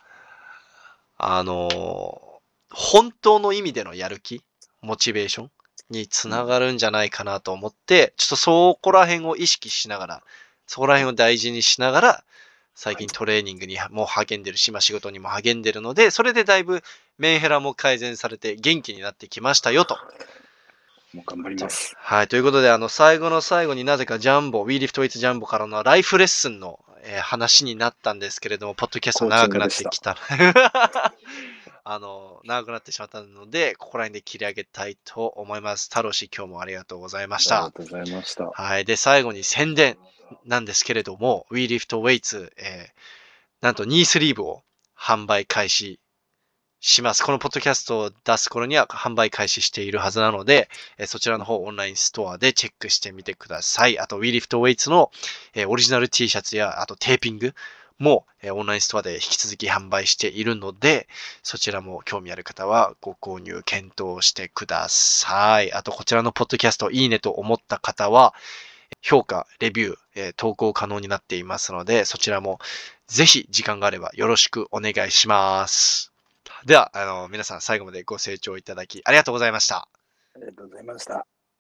本当の意味でのやる気、モチベーションにつながるんじゃないかなと思って、ちょっとそこら辺を意識しながら、そこら辺を大事にしながら、最近トレーニングにも励んでるし、仕事にも励んでるので、それでだいぶメンヘラも改善されて元気になってきましたよと。 もう頑張ります。 はい。ということで、最後の最後になぜかジャンボ、We Lift Weights ジャンボからのライフレッスンの、話になったんですけれども、ポッドキャスト長くなってきた。長くなってしまったので、ここら辺で切り上げたいと思います。太郎氏、今日もありがとうございました。 ありがとうございました。 はい。で、最後に宣伝なんですけれども、We Lift Weights、なんとニースリーブを販売開始します。このポッドキャストを出す頃には販売開始しているはずなので、そちらの方オンラインストアでチェックしてみてください。あと、We Lift Weights の、オリジナル T シャツや、あとテーピングも、オンラインストアで引き続き販売しているので、そちらも興味ある方はご購入検討してください。あと、こちらのポッドキャストいいねと思った方は、評価、レビュー、投稿可能になっていますので、そちらもぜひ時間があればよろしくお願いします。では、皆さん最後までご清聴いただきありがとうございました。 ありがとうございました。